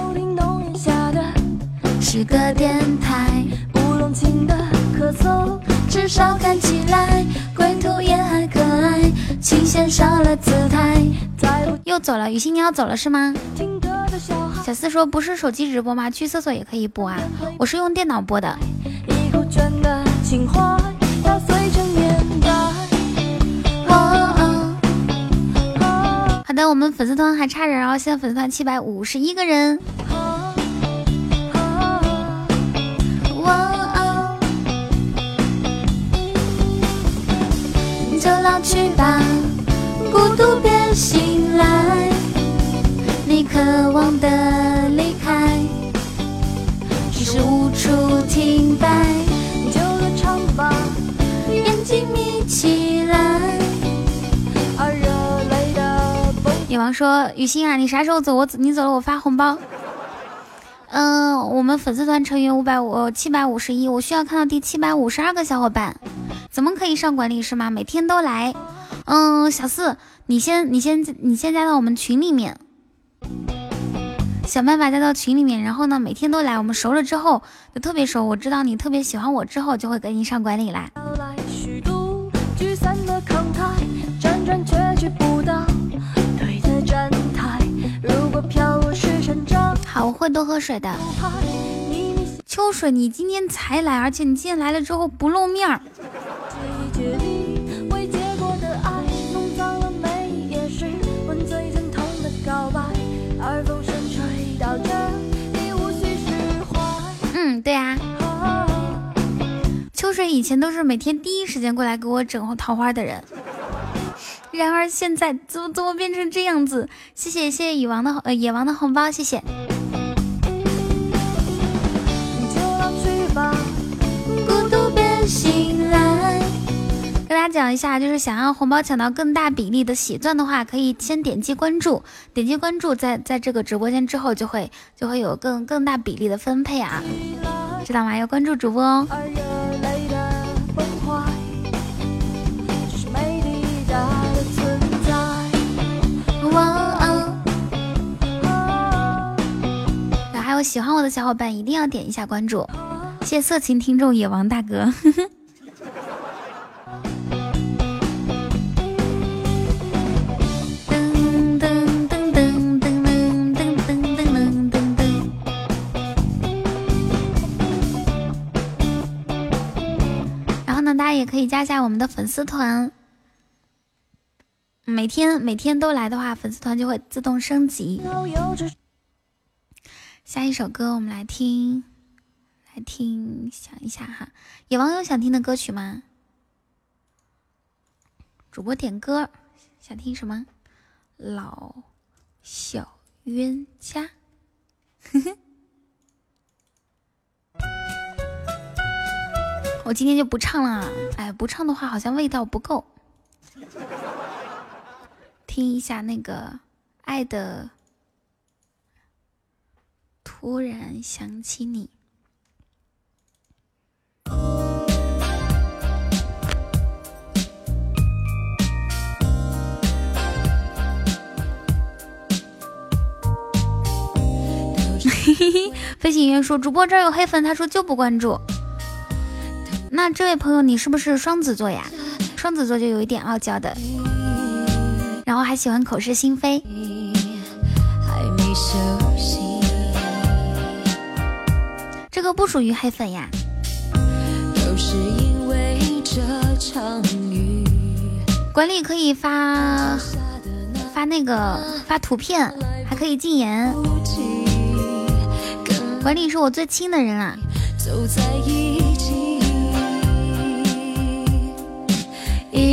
是个电台，不浓情的咳嗽，至少看起来归途也还可爱，琴弦上了姿态。 又走了，雨欣你要走了是吗？小四说不是手机直播吗？去厕所也可以播啊，我是用电脑播的。 一股倦的情怀要随着年代。 好的，我们粉丝团还差人哦，现在粉丝团七百五十一个人。 就老去吧，孤独别醒来，你渴望的离开，只是无处停摆。就歌唱吧，眼睛眯起来。而热泪的崩。 野王说：“雨欣啊，你啥时候走？我你走了，我发红包。”嗯、呃，我们粉丝团成员五百五七百五十一，我需要看到第七百五十二个小伙伴。怎么可以上管理是吗？每天都来。嗯，小四，你先你先你先加到我们群里面，想办法加到群里面，然后呢每天都来，我们熟了之后就特别熟，我知道你特别喜欢我之后，就会给你上管理啦。好，我会多喝水的。秋水，你今天才来，而且你今天来了之后不露面儿。嗯，对啊。秋水以前都是每天第一时间过来给我整桃花的人，然而现在怎么怎么变成这样子？谢谢谢谢野王的呃野王的红包，谢谢。 孤独别醒来。 跟大家讲一下，就是想要红包抢到更大比例的喜钻的话，可以先点击关注，点击关注，在在这个直播间之后，就会就会有更更大比例的分配啊，知道吗？要关注主播哦。还有喜欢我的小伙伴一定要点一下关注，谢谢色情听众野王大哥。然后呢，大家也可以加下我们的粉丝团，每天每天都来的话，粉丝团就会自动升级。下一首歌我们来听，来听，想一下哈，野王有想听的歌曲吗？主播点歌，想听什么？老小冤家。呵呵，我今天就不唱了，哎，不唱的话好像味道不够。听一下那个爱的。突然想起你。飞行员说主播这儿有黑粉，他说就不关注。那这位朋友你是不是双子座呀？双子座就有一点傲娇的，然后还喜欢口是心非，还没熟悉，这个不属于黑粉呀。都是因为这场雨，管理可以发发那个发图片，还可以禁言。管理是我最亲的人啊。走在一起，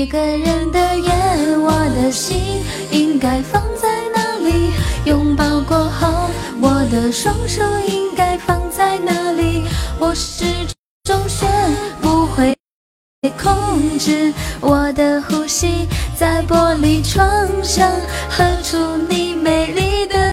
一个人的夜，我的心应该放在哪里？拥抱过后，我的双手应该放在哪里？我始终学不会控制我的呼吸，在玻璃窗上刻出你美丽的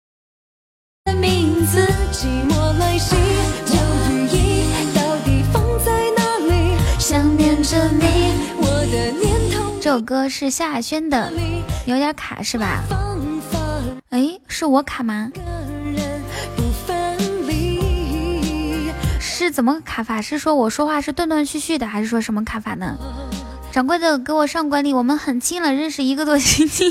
名字。寂寞来袭，旧雨衣到底放在哪里？想念着你，我的念头。 这首歌是萧亚轩的，有点卡是吧？哎，是我卡吗？是怎么卡法？是说我说话是断断续续的，还是说什么卡法呢？掌柜的给我上管理，我们很亲了，认识一个多星期。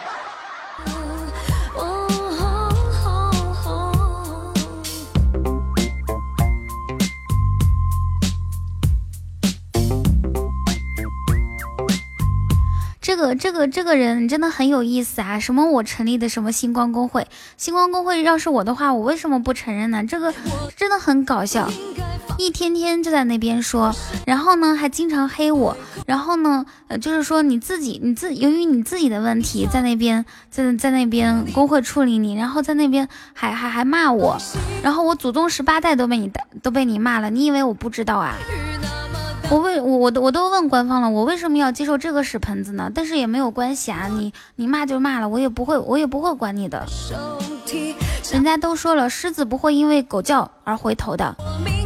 这个这个这个人真的很有意思啊！什么我成立的什么星光公会，星光公会要是我的话，我为什么不承认呢？这个真的很搞笑，一天天就在那边说，然后呢还经常黑我，然后呢呃就是说你自己你自由于你自己的问题，在那边在在那边公会处理你，然后在那边还还还骂我，然后我祖宗十八代都被你都被你骂了，你以为我不知道啊？我为我我都我都问官方了，我为什么要接受这个屎盆子呢？但是也没有关系啊，你你骂就骂了，我也不会我也不会管你的。人家都说了，狮子不会因为狗叫而回头的。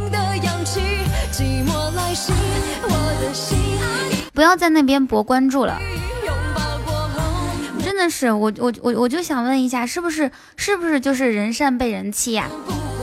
不要在那边博关注了。真的是，我我我我就想问一下，是不是是不是就是人善被人欺呀？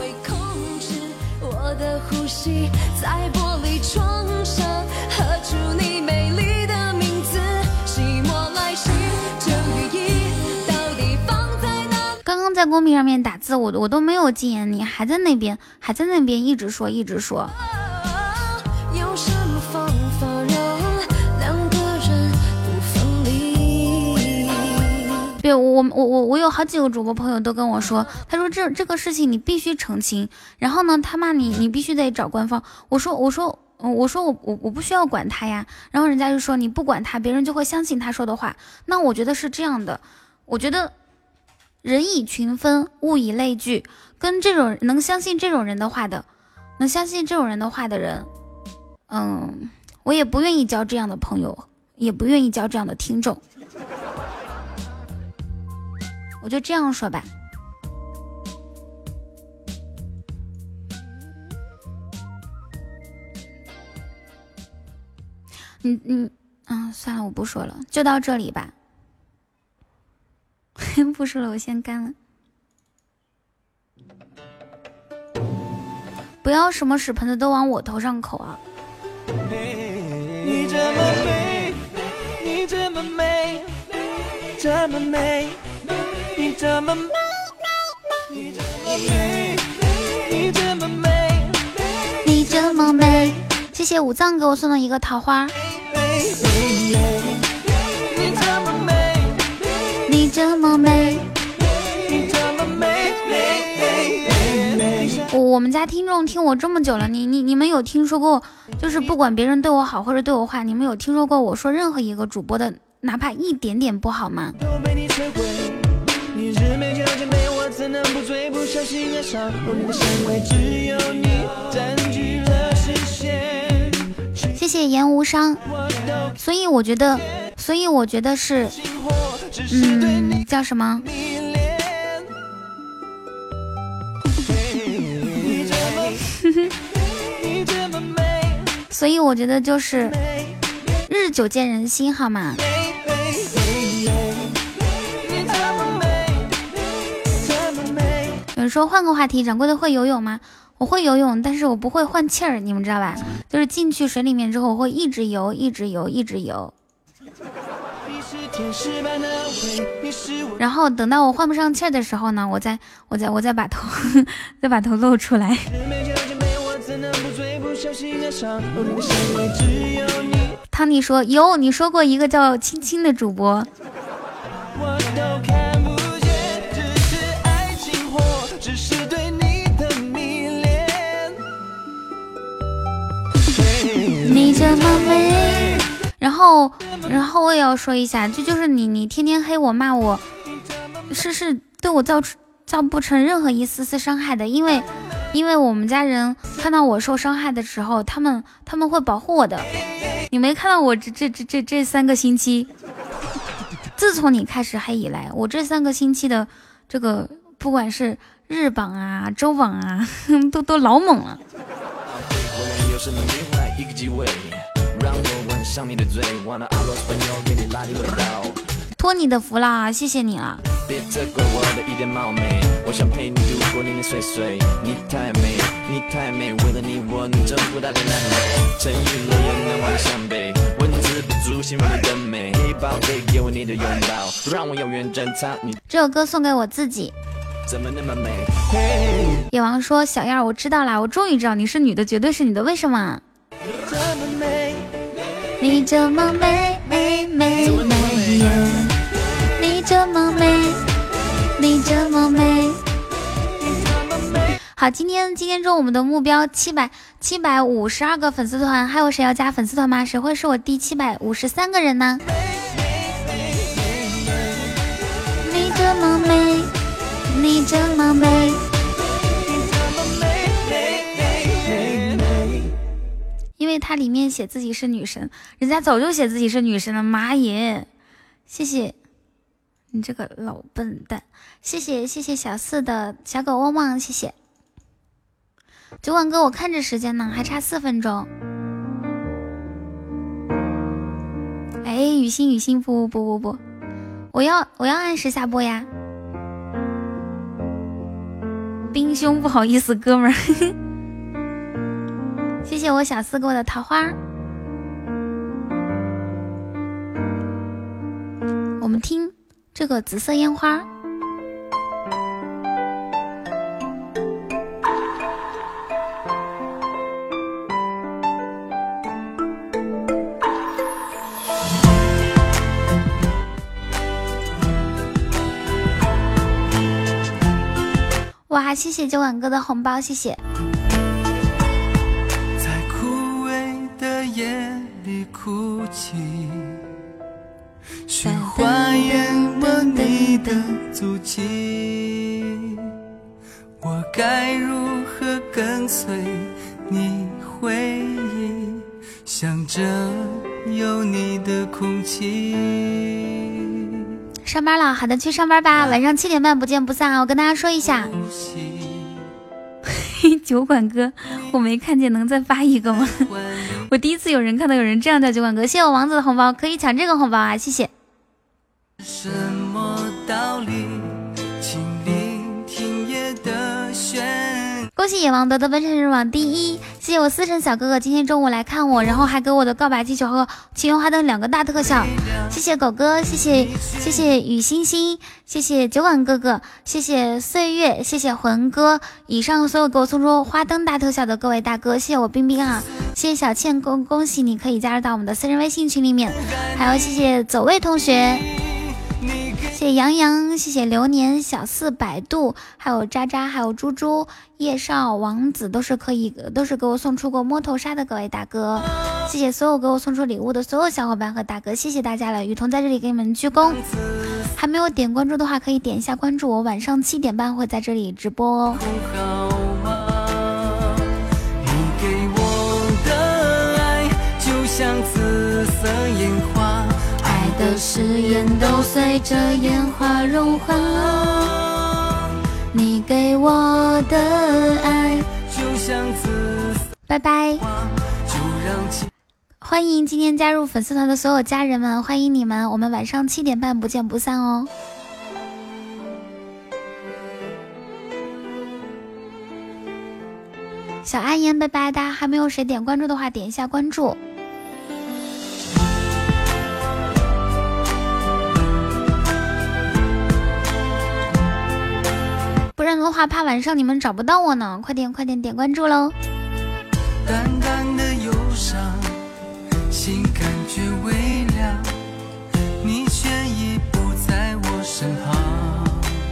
我的呼吸在玻璃窗上刻出你美丽的名字，寂寞来袭，这雨衣到底放在哪？刚刚在公屏上面打字，我我都没有禁言你，还在那边还在那边一直说一直说。有什么方法让两个人不分离？对，我我我我有好几个主播朋友都跟我说，他说这这个事情你必须澄清，然后呢他骂你，你必须得找官方。我说我说我说我我我不需要管他呀，然后人家就说你不管他，别人就会相信他说的话。那我觉得是这样的，我觉得人以群分，物以类聚，跟这种能相信这种人的话的，能相信这种人的话的人，嗯，我也不愿意交这样的朋友，也不愿意交这样的听众。我就这样说吧。嗯嗯嗯，算了，我不说了，就到这里吧。不说了，我先干了。不要什么屎盆子都往我头上口啊！ 你这么美，你这么美，这么美，你这么美，你这么美，你这么美， 你这么美。谢谢武藏给我送的一个桃花。 你这么美， 你这么美， 你这么美。 我我们家听众听我这么久了，你你你们有听说过，就是不管别人对我好或者对我坏，你们有听说过我说任何一个主播的哪怕一点点不好吗？谢谢言无伤。所以我觉得所以我觉得是嗯叫什么所以我觉得就是日久见人心，好吗？有人说换个话题，掌柜的会游泳吗？我会游泳，但是我不会换气儿，你们知道吧？就是进去水里面之后，我会一直游，一直游，一直游。然后等到我换不上气儿的时候呢，我再我再我再把头再把头露出来。汤尼说有，你说过一个叫青青的主播。你这么美。 然后然后我也要说一下，这就, 就是你你天天黑我骂我，是是对我造造不成任何一丝丝伤害的，因为因为我们家人看到我受伤害的时候，他们他们会保护我的。你没看到我这这这这这三个星期，自从你开始黑以来，我这三个星期的这个不管是日榜啊周榜啊都都老猛了。托你的福了，谢谢你了。别责怪我的一点冒昧，我想陪你度过年年岁岁。你太美，你太美，为了你我能征服大江南北。沉鱼落雁难忘相背，文字不足形容你的美。嘿宝贝，给我你的拥抱，让我永远珍藏你。这首歌送给我自己。怎么那么美？野王说：“小燕，我知道啦，我终于知道你是女的，绝对是女的，为什么？”你这么美，美美美耶！你这么美，你这么美。好，今天今天中午我们的目标七百七百五十二个粉丝团，还有谁要加粉丝团吗？谁会是我第七百五十三个人呢？你这么美，你这么美。因为它里面写自己是女神，人家早就写自己是女神了，妈耶！谢谢你这个老笨蛋，谢谢谢谢小四的小狗汪汪，谢谢酒馆哥。我看着时间呢，还差四分钟。哎，雨欣雨欣，不不不不不，我要我要按时下播呀。冰兄，不好意思，哥们儿。谢谢我小四给我的桃花。我们听这个紫色烟花。哇，谢谢酒馆哥的红包，谢谢。 夜里哭泣，雪花淹没你的足迹，我该如何跟随你回忆，想着有你的空气。 上班了，好的，去上班吧，晚上七点半不见不散啊！我跟大家说一下。酒馆哥，我没看见，能再发一个吗？我第一次有人看到有人这样叫酒馆哥，谢谢我王子的红包，可以抢这个红包啊，谢谢。什么道理？请聆听夜的旋。恭喜野王得得本场日网第一，谢谢我思辰小哥哥今天中午来看我，然后还给我的告白气球和奇缘花灯两个大特效，谢谢狗哥，谢谢谢谢雨星星，谢谢酒馆哥哥，谢谢岁月，谢谢魂哥，以上所有给我送出花灯大特效的各位大哥，谢谢我冰冰啊，谢谢小倩，恭恭喜你可以加入到我们的私人微信群里面，还有谢谢走位同学，谢谢杨洋，谢谢流年小四百度，还有渣渣，还有猪猪叶少王子，都是可以都是给我送出过摸头杀的各位大哥，谢谢所有给我送出礼物的所有小伙伴和大哥，谢谢大家了。雨桐在这里给你们鞠躬，还没有点关注的话可以点一下关注，我晚上七点半会在这里直播哦。 你给我的爱就像紫色烟花， 爱的誓言都随着烟花融化，你给我的爱就像紫色， 拜拜。 就让情欢迎今天加入粉丝团的所有家人们，欢迎你们，我们晚上七点半不见不散哦。小阿言拜拜，大家还没有谁点关注的话点一下关注。不然的话怕晚上你们找不到我呢，快点快点点关注喽。 淡淡的忧伤，心感觉微凉，你却已不在我身旁。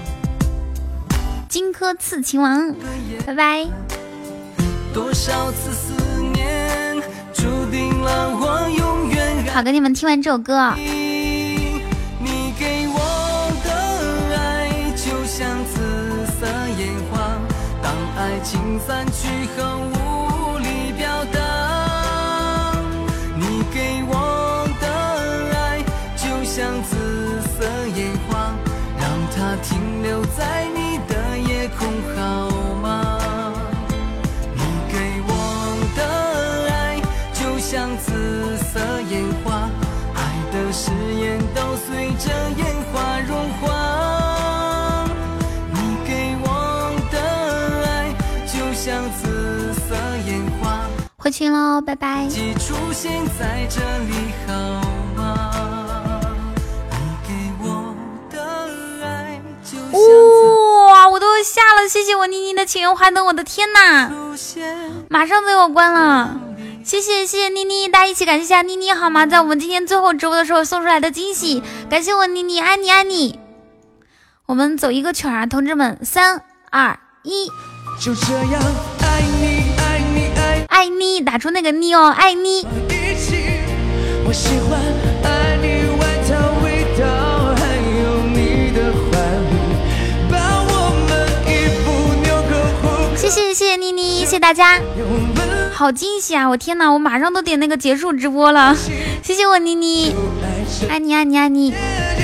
荆轲刺秦王，拜拜。 多少次思念，注定了我永远好，给你们听完这首歌。 你给我的爱就像紫色烟花，当爱情散去后无力表达。你给我的爱就像紫色烟花，让它停留在你的夜空好吗？你给我的爱就像紫色烟花，爱的誓言都随着烟花融化。你给我的爱就像紫色烟花， 回群喽，拜拜。 既出现在这里好吗？你给我的爱就像哇，我都下了，谢谢我妮妮的情缘花灯，我的天哪，马上就给我关了。谢谢谢谢妮妮，大家一起感谢一下妮妮好吗？在我们今天最后直播的时候送出来的惊喜，感谢我妮妮，爱你爱你。我们走一个曲儿，同志们，三二一， 就这样爱你爱你爱爱你，打出那个你哦，爱你。 一起，我喜欢爱你外套味道，还有你的怀里，把我们一步扭个弧。 谢谢谢谢妮妮，谢谢大家。好惊喜啊！我天哪，我马上都点那个结束直播了。谢谢我妮妮，爱你爱你爱你，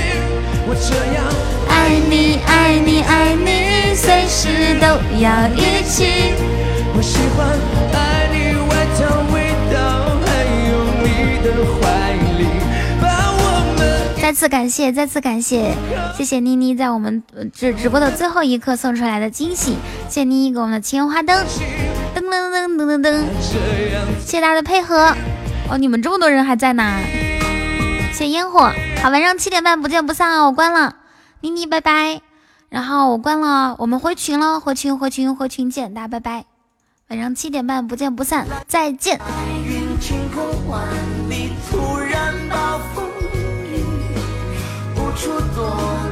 爱你爱你爱你，随时都要一起。 我喜欢爱你外套味道，还有你的怀里，把我们。 再次感谢，再次感谢，谢谢妮妮在我们直直播的最后一刻送出来的惊喜，谢谢妮妮给我们的情缘花灯。噔噔噔噔噔噔，谢谢大家的配合哦！你们这么多人还在呢，谢谢烟火。好，晚上七点半不见不散啊！我关了，妮妮拜拜。然后我关了，我们回群了，回群回群回群见，大家拜拜。晚上七点半不见不散，再见。 白云晴空万里，突然暴风雨，无处躲。